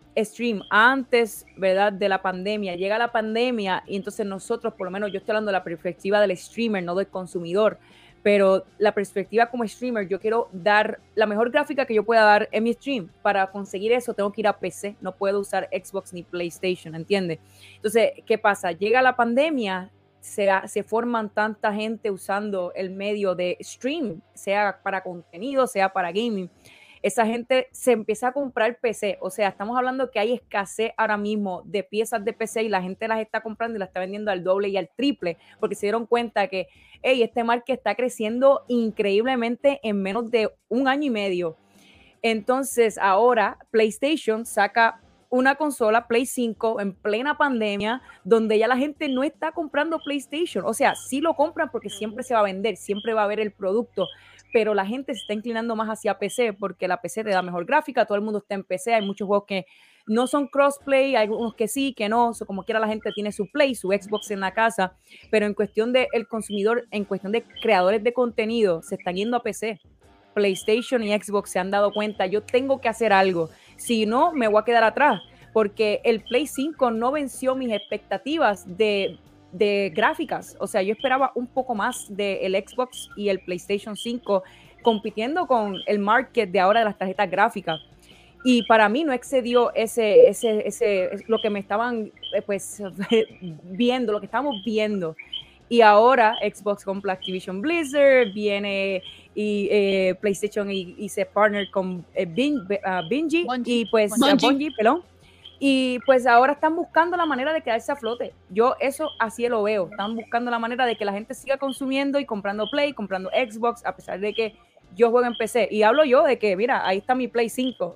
stream antes, ¿verdad? De la pandemia. Llega la pandemia y entonces nosotros, por lo menos yo estoy hablando de la perspectiva del streamer, no del consumidor, pero la perspectiva como streamer, yo quiero dar la mejor gráfica que yo pueda dar en mi stream. Para conseguir eso tengo que ir a P C, no puedo usar Xbox ni PlayStation, ¿entiendes? Entonces, ¿qué pasa? Llega la pandemia, se, se forman tanta gente usando el medio de stream, sea para contenido, sea para gaming. Esa gente se empieza a comprar P C, o sea, estamos hablando que hay escasez ahora mismo de piezas de P C y la gente las está comprando y las está vendiendo al doble y al triple, porque se dieron cuenta que, hey, este market está creciendo increíblemente en menos de un año y medio. Entonces, ahora PlayStation saca una consola Play cinco en plena pandemia, donde ya la gente no está comprando PlayStation, o sea, sí lo compran porque siempre se va a vender, siempre va a haber el producto, pero la gente se está inclinando más hacia P C porque la P C te da mejor gráfica, todo el mundo está en P C, hay muchos juegos que no son crossplay, hay algunos que sí, que no, so, como quiera la gente tiene su Play, su Xbox en la casa, pero en cuestión del consumidor, en cuestión de creadores de contenido, se están yendo a P C. PlayStation y Xbox se han dado cuenta, yo tengo que hacer algo, si no me voy a quedar atrás, porque el Play cinco no venció mis expectativas de de gráficas, o sea, yo esperaba un poco más del Xbox y el PlayStation cinco compitiendo con el market de ahora de las tarjetas gráficas, y para mí no excedió ese, ese, ese, lo que me estaban pues viendo, lo que estamos viendo, y ahora Xbox compra Activision Blizzard, viene y eh, PlayStation y, y se partner con eh, Bin, uh, Bungie, y pues Bungie. Uh, Bungie, perdón. Y pues ahora están buscando la manera de quedarse a flote. Yo eso así lo veo. Están buscando la manera de que la gente siga consumiendo y comprando Play, comprando Xbox, a pesar de que yo juego en P C. Y hablo yo de que, mira, ahí está mi Play cinco.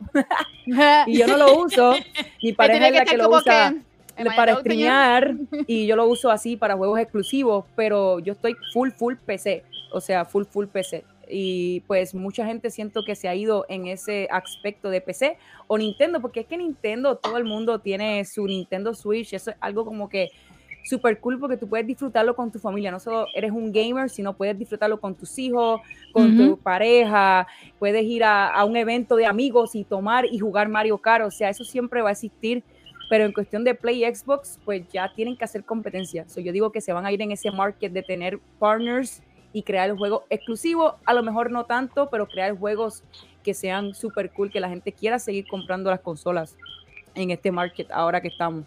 Y yo no lo uso. Mi pareja es la que lo usa para streamear y yo lo uso así para juegos exclusivos, pero yo estoy full, full P C. O sea, full, full P C. Y pues mucha gente siento que se ha ido en ese aspecto de P C o Nintendo, porque es que Nintendo, todo el mundo tiene su Nintendo Switch, eso es algo como que súper cool porque tú puedes disfrutarlo con tu familia, no solo eres un gamer, sino puedes disfrutarlo con tus hijos, con uh-huh. tu pareja, puedes ir a, a un evento de amigos y tomar y jugar Mario Kart, o sea, eso siempre va a existir, pero en cuestión de Play y Xbox, pues ya tienen que hacer competencia, so, yo digo que se van a ir en ese market de tener partners y crear el juego exclusivo, a lo mejor no tanto, pero crear juegos que sean súper cool, que la gente quiera seguir comprando las consolas en este market ahora que estamos.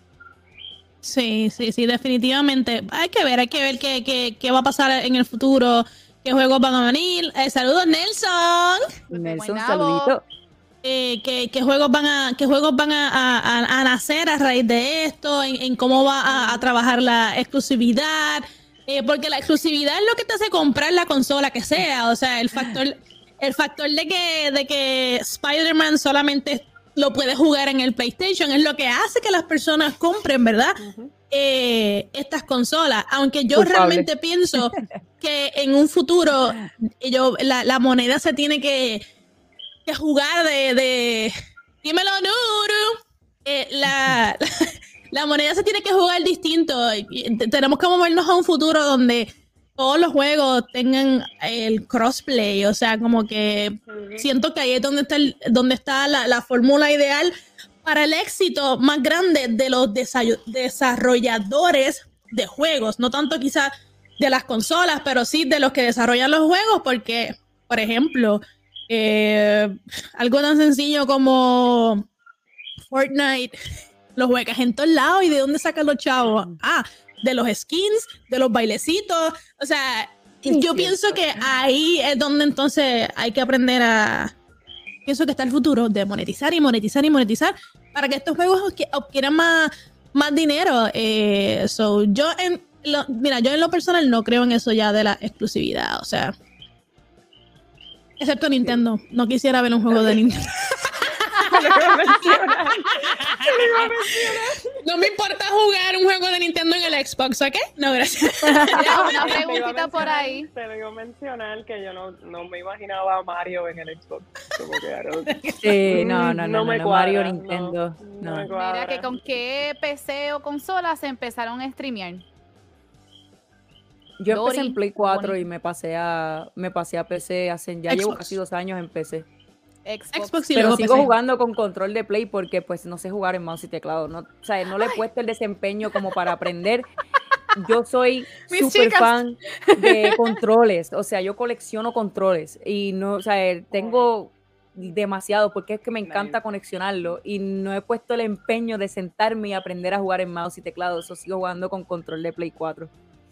Sí, sí, sí, definitivamente. Hay que ver, hay que ver qué, qué, qué va a pasar en el futuro, qué juegos van a venir. Eh, saludos, Nelson. Nelson, saludito. Eh, ¿qué, qué juegos van a qué juegos van a, a, a nacer a raíz de esto, en, en cómo va a, a trabajar la exclusividad. Eh, porque la exclusividad es lo que te hace comprar la consola que sea, o sea, el factor, el factor de que, de que Spider-Man solamente lo puede jugar en el PlayStation es lo que hace que las personas compren, ¿verdad? Uh-huh. Eh, estas consolas, aunque yo Culpable. realmente pienso que en un futuro yo, la, la moneda se tiene que, que jugar de, de dímelo, Nuru, eh, la... la La moneda se tiene que jugar distinto. Tenemos que movernos a un futuro donde todos los juegos tengan el crossplay. O sea, como que siento que ahí es donde está, el, donde está la, la fórmula ideal para el éxito más grande de los desarrolladores de juegos. No tanto quizás de las consolas, pero sí de los que desarrollan los juegos. Porque, por ejemplo, eh, algo tan sencillo como Fortnite... Los juegas en todos lados. ¿Y de dónde sacan los chavos? Ah, de los skins, de los bailecitos. O sea, sí, yo sí, pienso que ahí es donde entonces hay que aprender a... Pienso que está el futuro de monetizar y monetizar y monetizar para que estos juegos obquieran más, más dinero. Eh, so, yo en lo, mira, yo en lo personal no creo en eso ya de la exclusividad. O sea, excepto Nintendo. No quisiera ver un juego de Nintendo. No me importa jugar un juego de Nintendo en el Xbox, ¿ok? No, gracias. Una preguntita por ahí. Te lo iba a mencionar que yo no, no me imaginaba a Mario en el Xbox. Como que no, sí, no, no, no, no, no, me no cuadra, Mario, Nintendo. No, no. no me cuadra. Mira que con qué P C o consola se empezaron a streamear. Yo empecé Dori, en Play cuatro y me pasé a me pasé a P C hace ya Xbox. Llevo casi dos años en P C. Xbox. Xbox y Pero luego sigo P C. jugando con control de Play porque pues no sé jugar en mouse y teclado. No, o sea, no le he puesto el desempeño como para aprender. Yo soy Mis súper chicas. fan de controles. O sea, yo colecciono controles y no, o sea, eh, tengo demasiado porque es que me encanta Nice. coleccionarlo y no he puesto el empeño de sentarme y aprender a jugar en mouse y teclado. Eso sigo jugando con control de Play cuatro.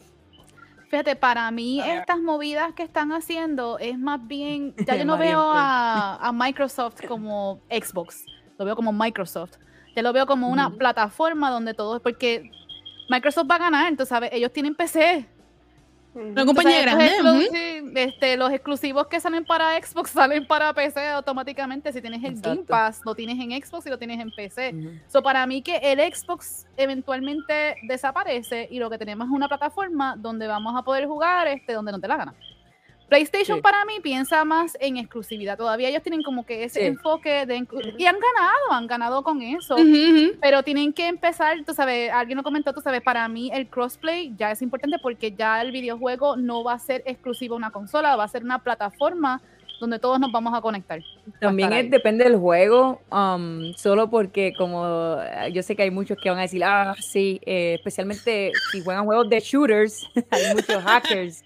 Fíjate, para mí A ver. estas movidas que están haciendo es más bien, ya yo no María en veo Play. a, a Microsoft como Xbox, lo veo como Microsoft. Ya lo veo como una Ujú. plataforma donde todo, porque Microsoft va a ganar, tú sabes, ellos tienen P C. Ujú. Una compañía Entonces, grande. estos exclu- ujú. sí, este, los exclusivos que salen para Xbox salen para P C automáticamente. Si tienes el Game Exacto. Pass, lo tienes en Xbox y lo tienes en P C. Ujú. So, para mí que el Xbox eventualmente desaparece y lo que tenemos es una plataforma donde vamos a poder jugar este, donde no te la gana. PlayStation Sí. para mí piensa más en exclusividad. Todavía ellos tienen como que ese Sí. enfoque de... inclu- Ujú. Y han ganado, han ganado con eso. Ujú, ujú. Pero tienen que empezar, tú sabes, alguien lo comentó, tú sabes, para mí el crossplay ya es importante porque ya el videojuego no va a ser exclusivo a una consola, va a ser una plataforma donde todos nos vamos a conectar. También estar es, ahí. depende del juego, um, solo porque como eh, yo sé que hay muchos que van a decir, ah, sí, eh, especialmente si juegan juegos de shooters, hay muchos hackers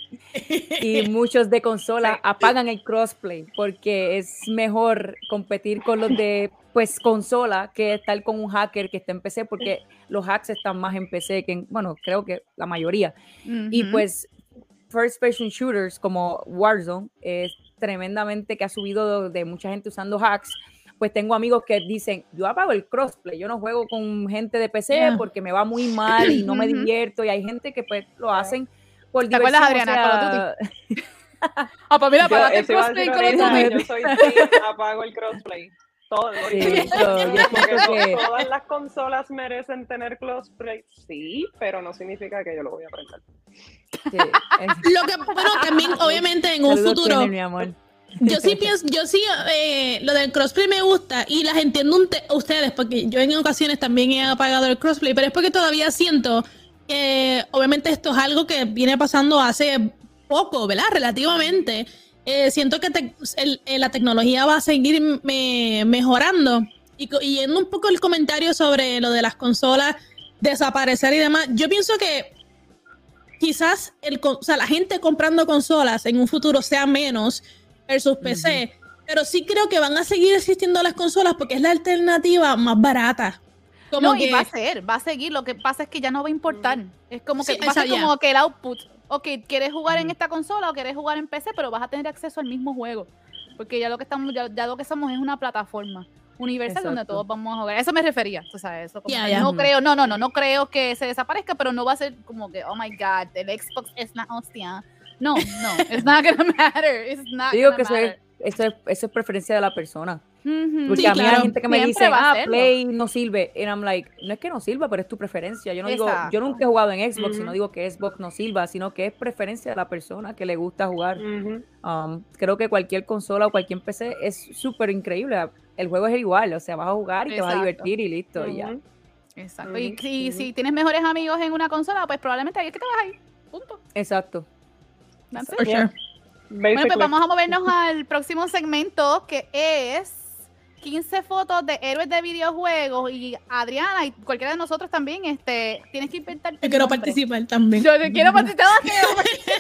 y muchos de consola Sí. apagan el crossplay porque es mejor competir con los de pues consola que estar con un hacker que está en P C porque los hacks están más en P C que en, bueno, creo que la mayoría. Y Ujú. pues first person shooters como Warzone es tremendamente que ha subido de, de mucha gente usando hacks. Pues tengo amigos que dicen, yo apago el crossplay, yo no juego con gente de P C Yeah. porque me va muy mal y no me Ujú. divierto, y hay gente que pues lo Claro. hacen por ¿Te acuerdas, diversión, o Adriana, sea, Ah, pues mira, Yo, párate el eso iba a crossplay decir con los ahorita, Duty. yo soy team, apago el crossplay. Todo, porque Sí, so, yo como que siento to- que todas las consolas merecen tener crossplay, sí, pero no significa que yo lo voy a aprender. sí, es- Lo que, bueno, también, obviamente, en un saludos, futuro, Kenneth, mi amor. yo sí pienso, yo sí, eh, lo del crossplay me gusta y las entiendo un te- ustedes, porque yo en ocasiones también he apagado el crossplay, pero es porque todavía siento que, obviamente, esto es algo que viene pasando hace poco, ¿verdad? Relativamente. Eh, siento que te- el- eh, la tecnología va a seguir me- mejorando. Y, co- y yendo un poco el comentario sobre lo de las consolas desaparecer y demás, yo pienso que quizás el, co- o sea, la gente comprando consolas en un futuro sea menos versus P C, pero sí creo que van a seguir existiendo las consolas porque es la alternativa más barata. Como No, que, y va a ser, va a seguir. Lo que pasa es que ya no va a importar. Es como que Sí, va a ser esa ya. como que el output. Ok, ¿quieres jugar en Ujú. esta consola o quieres jugar en P C? Pero vas a tener acceso al mismo juego. Porque ya lo que estamos, ya, ya lo que somos es una plataforma universal donde Exacto. todos vamos a jugar. A eso me refería, tú sabes, eso como Ya, que ya. no Ujú. creo, no, no, no, no creo que se desaparezca, pero no va a ser como que, oh my god, el Xbox es la hostia. No, no, it's not gonna matter. It's not Digo gonna que eso es, matter. eso, es, eso es preferencia de la persona. Ujú. Porque Sí, a mí claro. hay gente que me Siempre dice, va a ah, serlo. Play no sirve. And I'm like, no es que no sirva, pero es tu preferencia. Yo no digo, yo Exacto. nunca he jugado en Xbox y no Ujú. digo que Xbox no sirva, sino que es preferencia de la persona que le gusta jugar. Ujú. Um, creo que cualquier consola o cualquier P C es súper increíble. El juego es igual, o sea, vas a jugar y te vas a Exacto. divertir y listo, y ya. Ujú. Exacto. Y Ujú, si, ujú. si tienes mejores amigos en una consola, pues probablemente ahí es que te vas a ir. Punto. Exacto. That's it. for Yeah. sure. Bueno, pues Basically. vamos a movernos al próximo segmento, que es quince fotos de héroes de videojuegos. Y Adriana y cualquiera de nosotros también, este, tienes que inventarte Yo el quiero nombre. participar también. Yo te quiero participar. quiero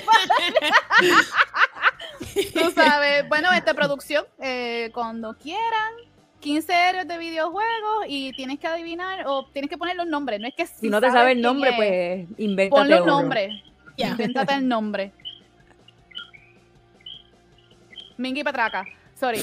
participar. Tú sabes, bueno, esta producción, eh, cuando quieran, quince héroes de videojuegos y tienes que adivinar o tienes que poner los nombres. No es que si, Si no te sabes sabes el quién nombre, es, pues invéntate ponle un uno. nombre. Ya. Invéntate el nombre. Mingy Patraca. Sorry.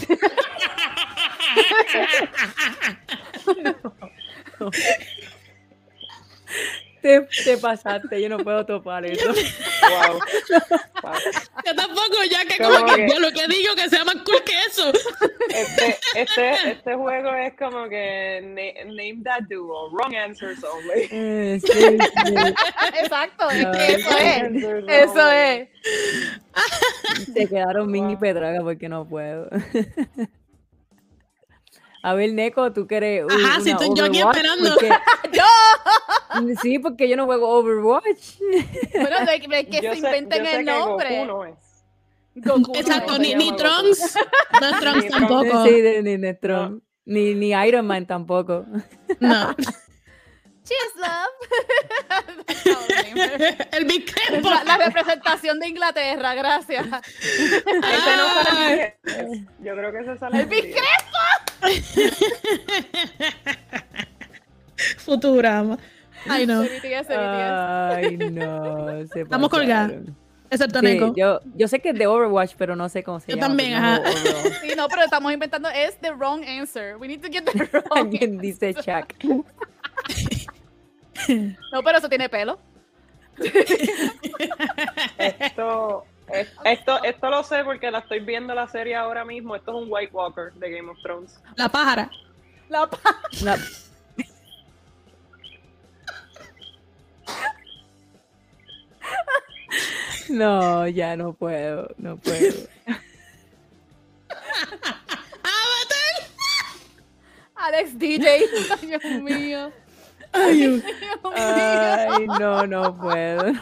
Te, te pasaste, yo no puedo topar eso. Wow. Wow. Yo tampoco, ya que Como como que, que- yo lo que digo que sea más cool que eso. Este, este, este juego es como que na- name that duo, wrong answers only. Eh, sí, sí. Exacto, es No, que eso Wrong es. answers Eso only. es. Se quedaron Mingy y Pedraga porque no puedo. A ver, Neko, tú que eres un- Ajá, sí, una tú- yo aquí Overwatch, esperando. porque- ¡Yo! Sí, porque yo no juego Overwatch. Bueno, no es que, es que Yo se sé- inventen yo sé el que nombre. Goku no es. Goku no Exacto, es. ni, se ni llama Trunks. No es Trunks Ni tampoco. Sí, de- ni Netron. Ni, ni Iron Man tampoco. No. Cheers, love. El Big Crespo. la, la representación de Inglaterra, gracias. Ese no sale Ay. en diez. Yo creo que ese sale El en Big diez. Futurama. Ay, no. B T S, B T S. Ay, no. Se Estamos colgadas. pasaron. Excepto Sí, Neko. yo, yo sé que es de Overwatch, pero no sé cómo se Yo llama. también, pero no ajá. Overwatch. Sí, no, pero estamos inventando. Es the wrong answer. We need to get the wrong Alguien dice Chuck. No, pero eso tiene pelo. Esto, es- esto, esto lo sé porque la estoy viendo la serie ahora mismo. Esto es un White Walker de Game of Thrones. La pájara. La pa- No. No, ya no puedo, no puedo. Alex D J. Ay, Dios mío. Ay, Dios mío. Ay, no, no puedo.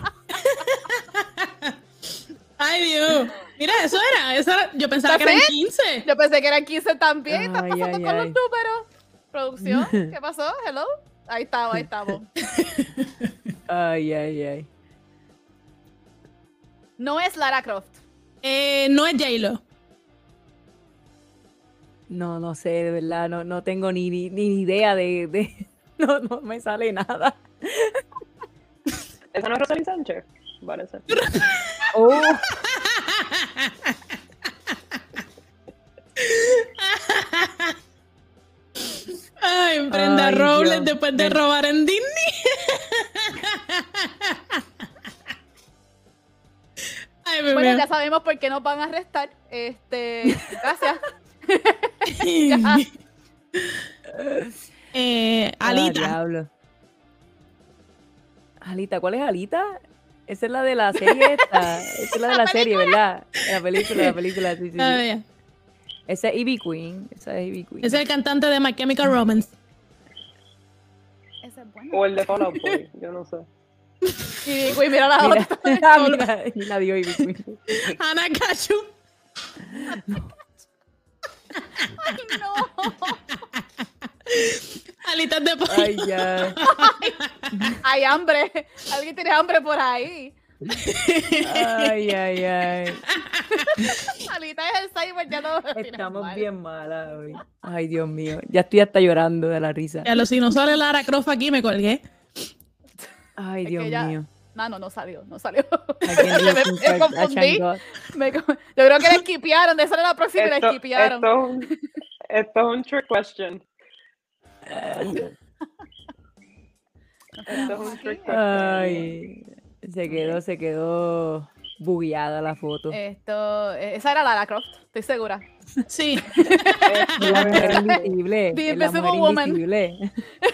ay, Dios. Mira, eso era. Eso era- yo pensaba que eran ¿Así? quince. Yo pensé que eran quince también. Estás Ay, pasando ay, con los ay. números. Producción, ¿qué pasó? Hello. Ahí estamos, ahí estamos. Ay, ay, ay. No es Lara Croft. Eh, no es J-Lo. No, no sé, de verdad, no, no tengo ni, ni, ni idea de, de- No, no me sale nada. ¿Esa no es Rosalind Sánchez? Parece. Oh, Ay, Brenda Ay, Robles Dios. después de Ven. robar en Disney. Ay, mi Bueno, mío. ya sabemos por qué nos van a arrestar. Este, gracias. eh, ah, Alita. diablo. Alita, ¿cuál es Alita? Esa es la de la serie esta. Esa es la de la, serie, ¿verdad? La película, la película, sí, sí, sí. Ah, ya. Esa es Ivy Queen. Esa es Ivy Queen. Es el cantante de My Chemical Romance. Ese es bueno. O el de Fall Out Boy, yo no sé. Y güey, mira la Mira, otra. ah, mira, y la dio Ivy Queen. Ana Cachu. Ay, no. Alitas de pollo. Ay, ya. Hay hambre. Alguien tiene hambre por ahí. Ay, ay, ay. Alita es el cyber, ya no. Estamos bien malas hoy. Ay, Dios mío. Ya estoy hasta llorando de la risa. Ya lo si no sale Lara Croft aquí me colgué. Ay, Es Dios que ya- mío. No, no, no salió, no salió. Alguien dijo me, Kim me confundí. Kardashian God. Me co- yo creo que la esquipearon. De esa era la próxima y la Esto, esquipearon. esto, es un- esto es un trick question. Esto es un trick question. Ay, se quedó, se quedó bugueada la foto. Esto, eh, esa era Lara Croft, estoy segura. Sí. La mujer invisible. The es la Invisible mujer Woman. invisible.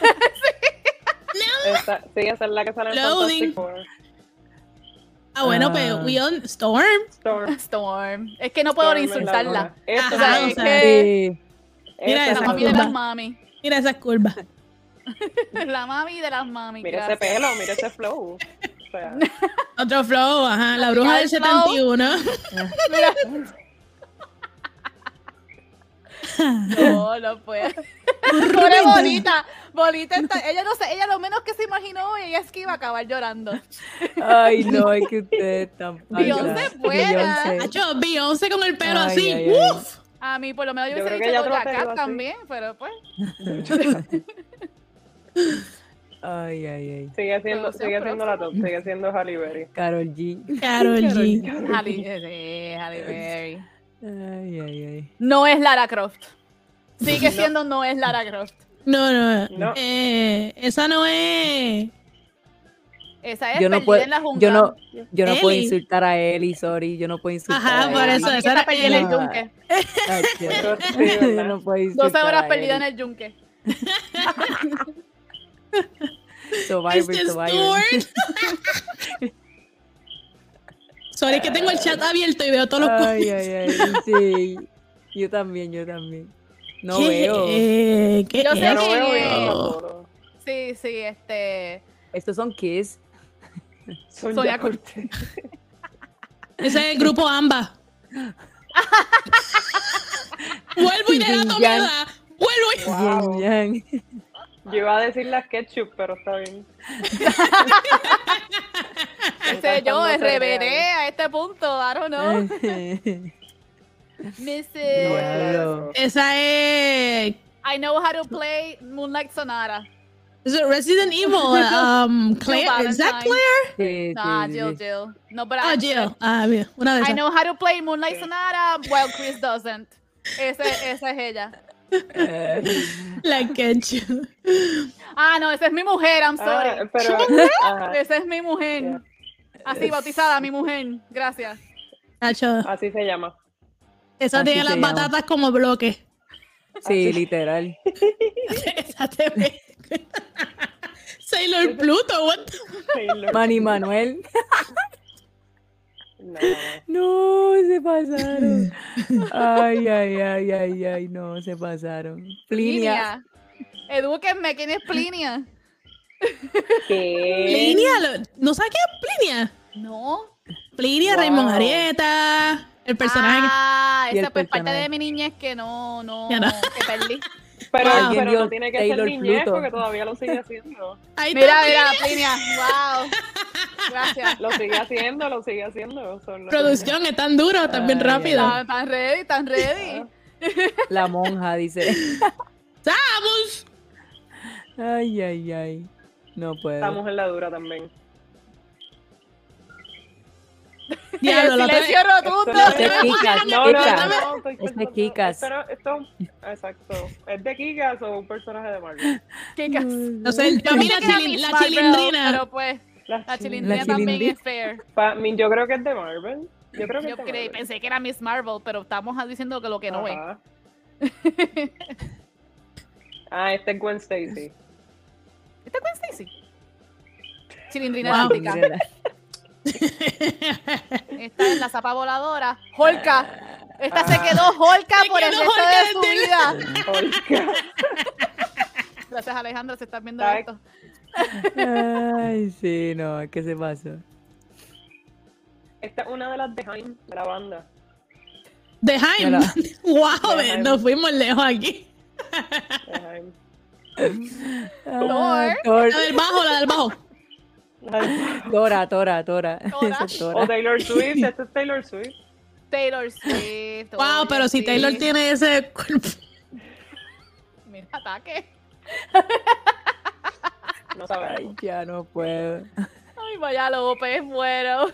Esta, sí, esa es la que sale en Loading. Fantastic Four. Ah, bueno, Ah. pero we on Storm. Storm. Storm. Es que no puedo ni Storm es la insultarla. buena. Esta Ajá, O sea, o es sea, que Sí. Mira esta la esa es mami de curva. las mami. Mira esas curvas. La mami de las mami. Mira ese gracias. pelo, mira ese flow. O sea, Otro flow, ajá. La bruja del el flow. setenta y uno. Mira. No, no puede. Pobre Bolita. Bolita está, ella no sé, ella lo menos que se imaginó, ella es que iba a acabar llorando. Ay, no, es que ustedes están Beyoncé falsas. buena. Beyoncé. Hacho, Beyoncé con el pelo Ay, así. ay, ay. ¡Uf! A mí, por lo menos yo Yo hubiese creo que dicho ella Doja trata de Cat así. también, pero pues. Ay, ay, ay. sigue siendo, Producción sigue siendo la top, sigue siendo Halle Berry. Karol G. Karol G. Halle, sí, Halle Berry. Ay, ay, ay. No es Lara Croft. Sigue siendo no es Lara Croft. No, no. No. Eh, esa no es. Esa es Yo no perdida puedo, en la jungla. yo no, yo no puedo Eli. insultar a Eli, sorry, yo no puedo insultar Ajá, a por Eli. eso, Aquí esa está era perdida en el ella. yunque. Tacho, Eso sí, yo ¿verdad? no puedo insultar doce horas a perdida en Eli. el yunque. Survivor, Este Survivor. Stuart. Sorry, que tengo el chat abierto y veo todos los Ay, comments. ay, ay, sí. Yo también, yo también. No ¿Qué? veo. Eh, ¿qué Yo sé Yo no quién veo bien es. esa foto. Sí, sí, este. Estos son Kiss. Sonia Sonia Cortez. Ese es el grupo AMBA. Vuelvo y le da tu Yin-yang. mierda. Vuelvo y... Wow. Yin-yang. Yo iba a decir las ketchup, pero está bien. Ese yo, Encantando R B D cereal. a este punto, I don't know. missus Diablo. Esa es... I know how to play Moonlight Sonata. Is it Resident Evil? Um, Claire, is that Valentine. Claire? Sí, sí, Nah, sí, Jill, sí. Jill. No, but Ah, I, Jill. Ah, bien. Una de I esas. know how to play Moonlight Sonata while Chris doesn't. Ese, esa es ella. La ketchup. Ah, no, esa es mi mujer, I'm sorry. Ah, pero, ajá, Esa es mi mujer. Así, bautizada, mi mujer. Gracias. Nacho, así se llama. esa Así tiene se las llama. batatas como bloques. Sí, literal. Esa te ve. Sailor Pluto, what the... Taylor. Manny Manuel. No, No, se pasaron. Ay, ay, ay, ay, ay, no, se pasaron. Plinia. Plinia. Edúquenme, ¿quién es Plinia? ¿qué? Plinia, lo- ¿no sabes qué es Plinia? No. Plinia, Wow. Raymond Arieta, el personaje. Ah, Y el esa pues parte personaje. de mi niñez que no, no, Ya no. que perdí. Pero, Wow. pero Alguien no dio tiene que Taylor ser niñez Pluto. porque todavía lo sigue haciendo. Ahí Mira, está, mira, Plinia. Wow. Gracias. Lo sigue haciendo, lo sigue haciendo. Son- producción, es tan duro, tan bien Ay, rápido. Tan, tan ready, tan ready. La monja, dice. ¡Vamos! Ay, ay, ay. No puedo. Estamos en la dura también. Y el Diablo, la otra silencio rotundo. Esto Este es Kikas, No, no, Kikas. no, estoy Este es pensando- Kikas. Esto, esto, exacto. ¿Es de Kikas o un personaje de Marvel? Kikas. No sé, Yo yo vi pensé la, que era chili- Miss la Marvel, chilindrina. pero pues La la chilindrina. chilindrina La también chilindrina. es fair. Pa- mi- yo creo que es de Marvel. Yo creo que Yo es de creí, Marvel. pensé que era Miss Marvel, pero estamos diciendo que lo que no es. Ajá. Ah, este es Gwen Stacy. ¿Este es Gwen Stacy? Chilindrina Wow. elástica. Mira, Esta es la zapa voladora. Holka. Esta Ah. se quedó Holka Se por el quedó resto Holka de su desde vida. Olga. Gracias, Alejandra, se están viendo Ay. esto. Ay, sí, no, ¿qué se pasó? Esta es una de las de Haim, de la banda. De Jaime. Mira. Wow, De Jaime. nos fuimos lejos aquí. De Haim. Ah, Thor. La del bajo, la del bajo. La de- Tora, Tora, Tora. Tora. Esa es Tora. O Taylor Swift, este es Taylor Swift. Taylor Swift. Wow, oye, pero si sí. Taylor tiene ese cuerpo. Mira, ataque. No sabemos. Ay, ya no puedo. Ay, vaya López, bueno.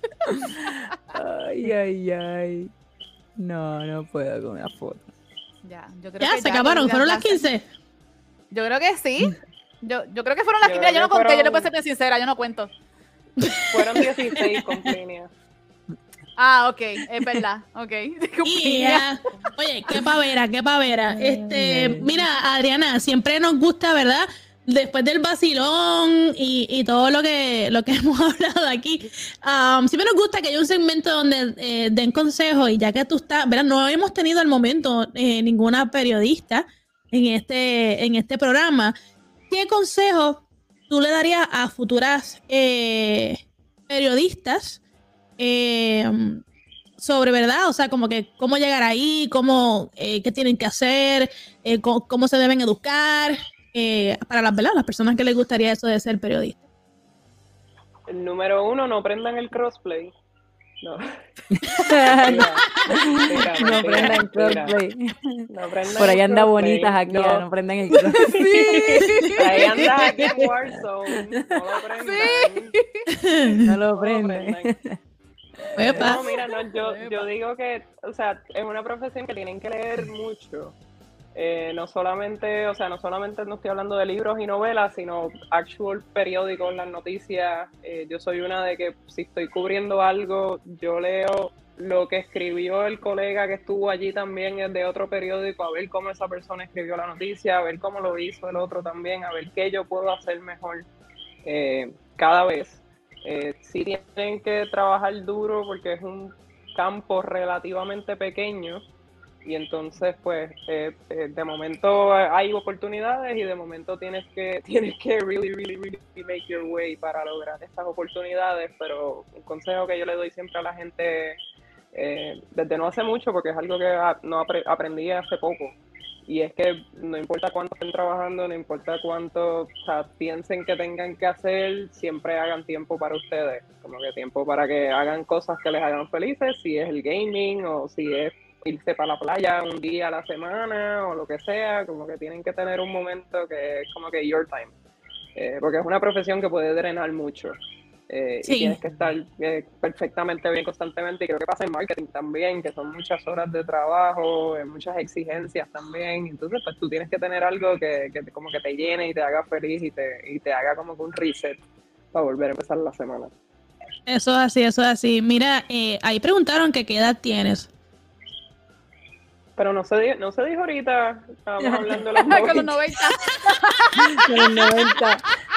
Ay, ay, ay. No, no puedo con una foto. Ya, yo creo Ya, que se acabaron. con Fueron las las- quince. Yo creo que sí. Yo, yo creo que fueron las Yo quince. Mira, yo creo no que conté, yo le fueron- puedo ser bien sincera, yo no cuento. Fueron dieciséis con Plinia. Ah, ok, es verdad. Ok. Yeah. Oye, qué pavera, qué pavera. Este, mira, Adriana, siempre nos gusta, ¿verdad? Después del vacilón y, y todo lo que, lo que hemos hablado aquí, um, siempre nos gusta que haya un segmento donde eh, den consejos y ya que tú estás, ¿verdad? No hemos tenido al momento eh, ninguna periodista en este, en este programa. ¿Qué consejos tú le darías a futuras eh, periodistas eh, sobre, ¿verdad? O sea, como que cómo llegar ahí, cómo, eh, qué tienen que hacer, eh, cómo, cómo se deben educar, eh, para las, ¿verdad? Las personas que les gustaría eso de ser periodista. El número uno, no prendan el crossplay. No. No prendan crossplay. No prendan Por ahí el anda crossplay. bonitas aquí, No. no, no prendan el crossplay. Ahí anda aquí en Warzone. No lo prendan. No lo No lo prenden. prendan. Epa. No, mira, no, yo, yo digo que, o sea, es una profesión que tienen que leer mucho. Eh, no solamente, o sea, no solamente no estoy hablando de libros y novelas, sino actual periódicos, las noticias. Eh, yo soy una de que si estoy cubriendo algo, yo leo lo que escribió el colega que estuvo allí también es de otro periódico, a ver cómo esa persona escribió la noticia, a ver cómo lo hizo el otro también, a ver qué yo puedo hacer mejor eh, cada vez. Eh, sí tienen que trabajar duro porque es un campo relativamente pequeño y entonces pues eh, eh, de momento hay oportunidades y de momento tienes que tienes que really, really, really make your way para lograr estas oportunidades, pero un consejo que yo le doy siempre a la gente eh, desde no hace mucho, porque es algo que a, no apre, aprendí hace poco. Y es que no importa cuánto estén trabajando, no importa cuánto, o sea, piensen que tengan que hacer, siempre hagan tiempo para ustedes. Como que tiempo para que hagan cosas que les hagan felices, si es el gaming o si es irse para la playa un día a la semana o lo que sea, como que tienen que tener un momento que es como que your time. Eh, porque es una profesión que puede drenar mucho. Eh, Sí. Y tienes que estar eh, perfectamente bien constantemente, y creo que pasa en marketing también, que son muchas horas de trabajo, eh, muchas exigencias también, entonces pues tú tienes que tener algo que, que te- como que te llene y te haga feliz y te, y te haga como que un reset para volver a empezar la semana. Eso es así, eso es así. Mira, eh, ahí preguntaron que qué edad tienes. Pero no se, di- no se dijo ahorita, estábamos hablando de los Con los noventa. noventa. En los noventa.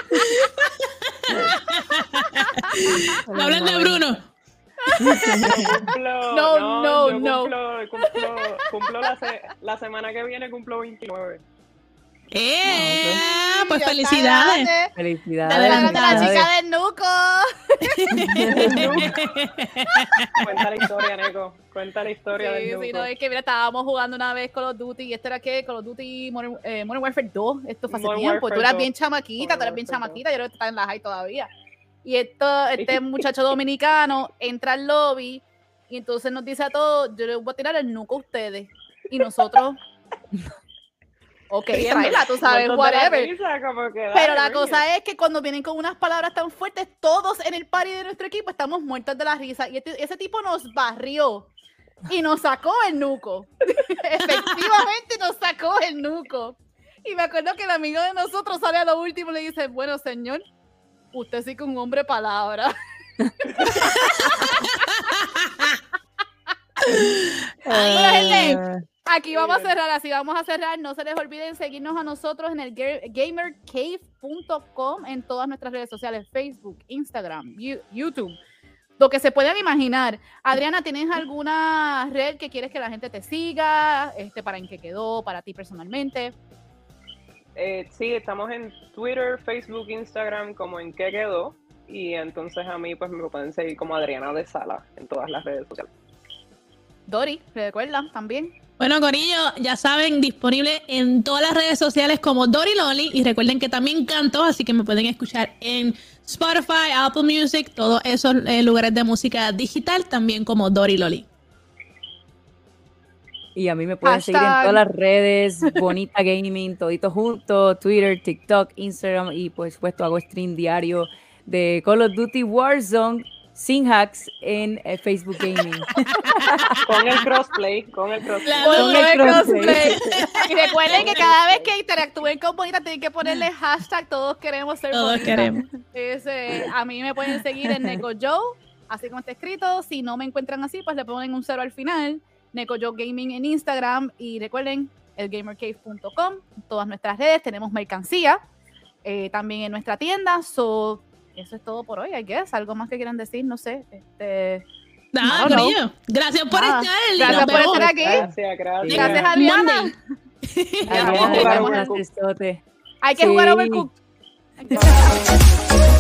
En los Hablan de noventa. Bruno. Cumplo, No, no, yo no. Cumplo, cumplo, cumplo la, se- la semana que viene cumplo veintinueve. ¡Eh! Pues Ya está felicidades. grande. Felicidades. Ya está grande la Adelantadas. chica del nuco. Cuenta la historia, Neko. Cuenta la historia Sí, del sí, Nuco. no, es que mira, estábamos jugando una vez Call of Duty y este era que Call of Duty Modern, eh, Modern Warfare dos, esto fue hace Modern tiempo, Warfare tú eras dos. bien chamaquita, tú eras Modern bien Warfare dos. chamaquita, yo creo que estás en la high todavía. Y esto, este muchacho dominicano entra al lobby y entonces nos dice a todos, yo les voy a tirar el nuco a ustedes. Y nosotros, ok, tráela, tú sabes, Muertos de la whatever. risa, como que, Pero dale, la bring cosa es que cuando vienen con unas palabras tan fuertes, todos en el party de nuestro equipo estamos muertos de la risa. Y este- ese tipo nos barrió y nos sacó el nuco. Efectivamente nos sacó el nuco. Y me acuerdo que el amigo de nosotros sale a lo último y le dice, bueno, señor, usted sí que un hombre palabra. Bueno, gente, Ah, aquí vamos a cerrar, así vamos a cerrar. No se les olviden seguirnos a nosotros en el gamer cave punto com en todas nuestras redes sociales, Facebook, Instagram, Yu- YouTube, lo que se puedan imaginar. Adriana, ¿tienes alguna red que quieres que la gente te siga? Este, para en qué quedó, para ti personalmente. Eh, sí, estamos en Twitter, Facebook, Instagram, como en qué quedó. Y entonces a mí pues me pueden seguir como Adriana de Sala en todas las redes sociales. Dori, recuerda también. Bueno, Corillo, ya saben, disponible en todas las redes sociales como Dori Loli. Y recuerden que también canto, así que me pueden escuchar en Spotify, Apple Music, todos esos eh, lugares de música digital, también como Dori Loli. Y a mí me pueden seguir en Hashtag. todas las redes, Bonita Gaming, todito junto, Twitter, TikTok, Instagram, y por supuesto hago stream diario de Call of Duty Warzone sin hacks en eh, Facebook Gaming. Con el crossplay, con el crossplay. La- Con Con el el crossplay. Y recuerden que cada vez que interactúen con Bonita tienen que ponerle hashtag todos queremos ser Todos Bonita. queremos. Ese, a mí me pueden seguir en Neko Joe, así como está escrito. Si no me encuentran así, pues le ponen un cero al final. Neko Joe Gaming en Instagram. Y recuerden, el gamer cave punto com, todas nuestras redes. Tenemos mercancía eh, también en nuestra tienda. So, eso es todo por hoy, I guess. Algo más que quieran decir, no sé. Este, Nada, No, no. Corillo. Gracias por Nada. estar. y Gracias nos por vemos estar aquí. Gracias, gracias. Gracias, Adriana. Monday. Ya, Vamos a jugar vamos un a- Overcooked. Besote. Hay que Sí. jugar Overcooked.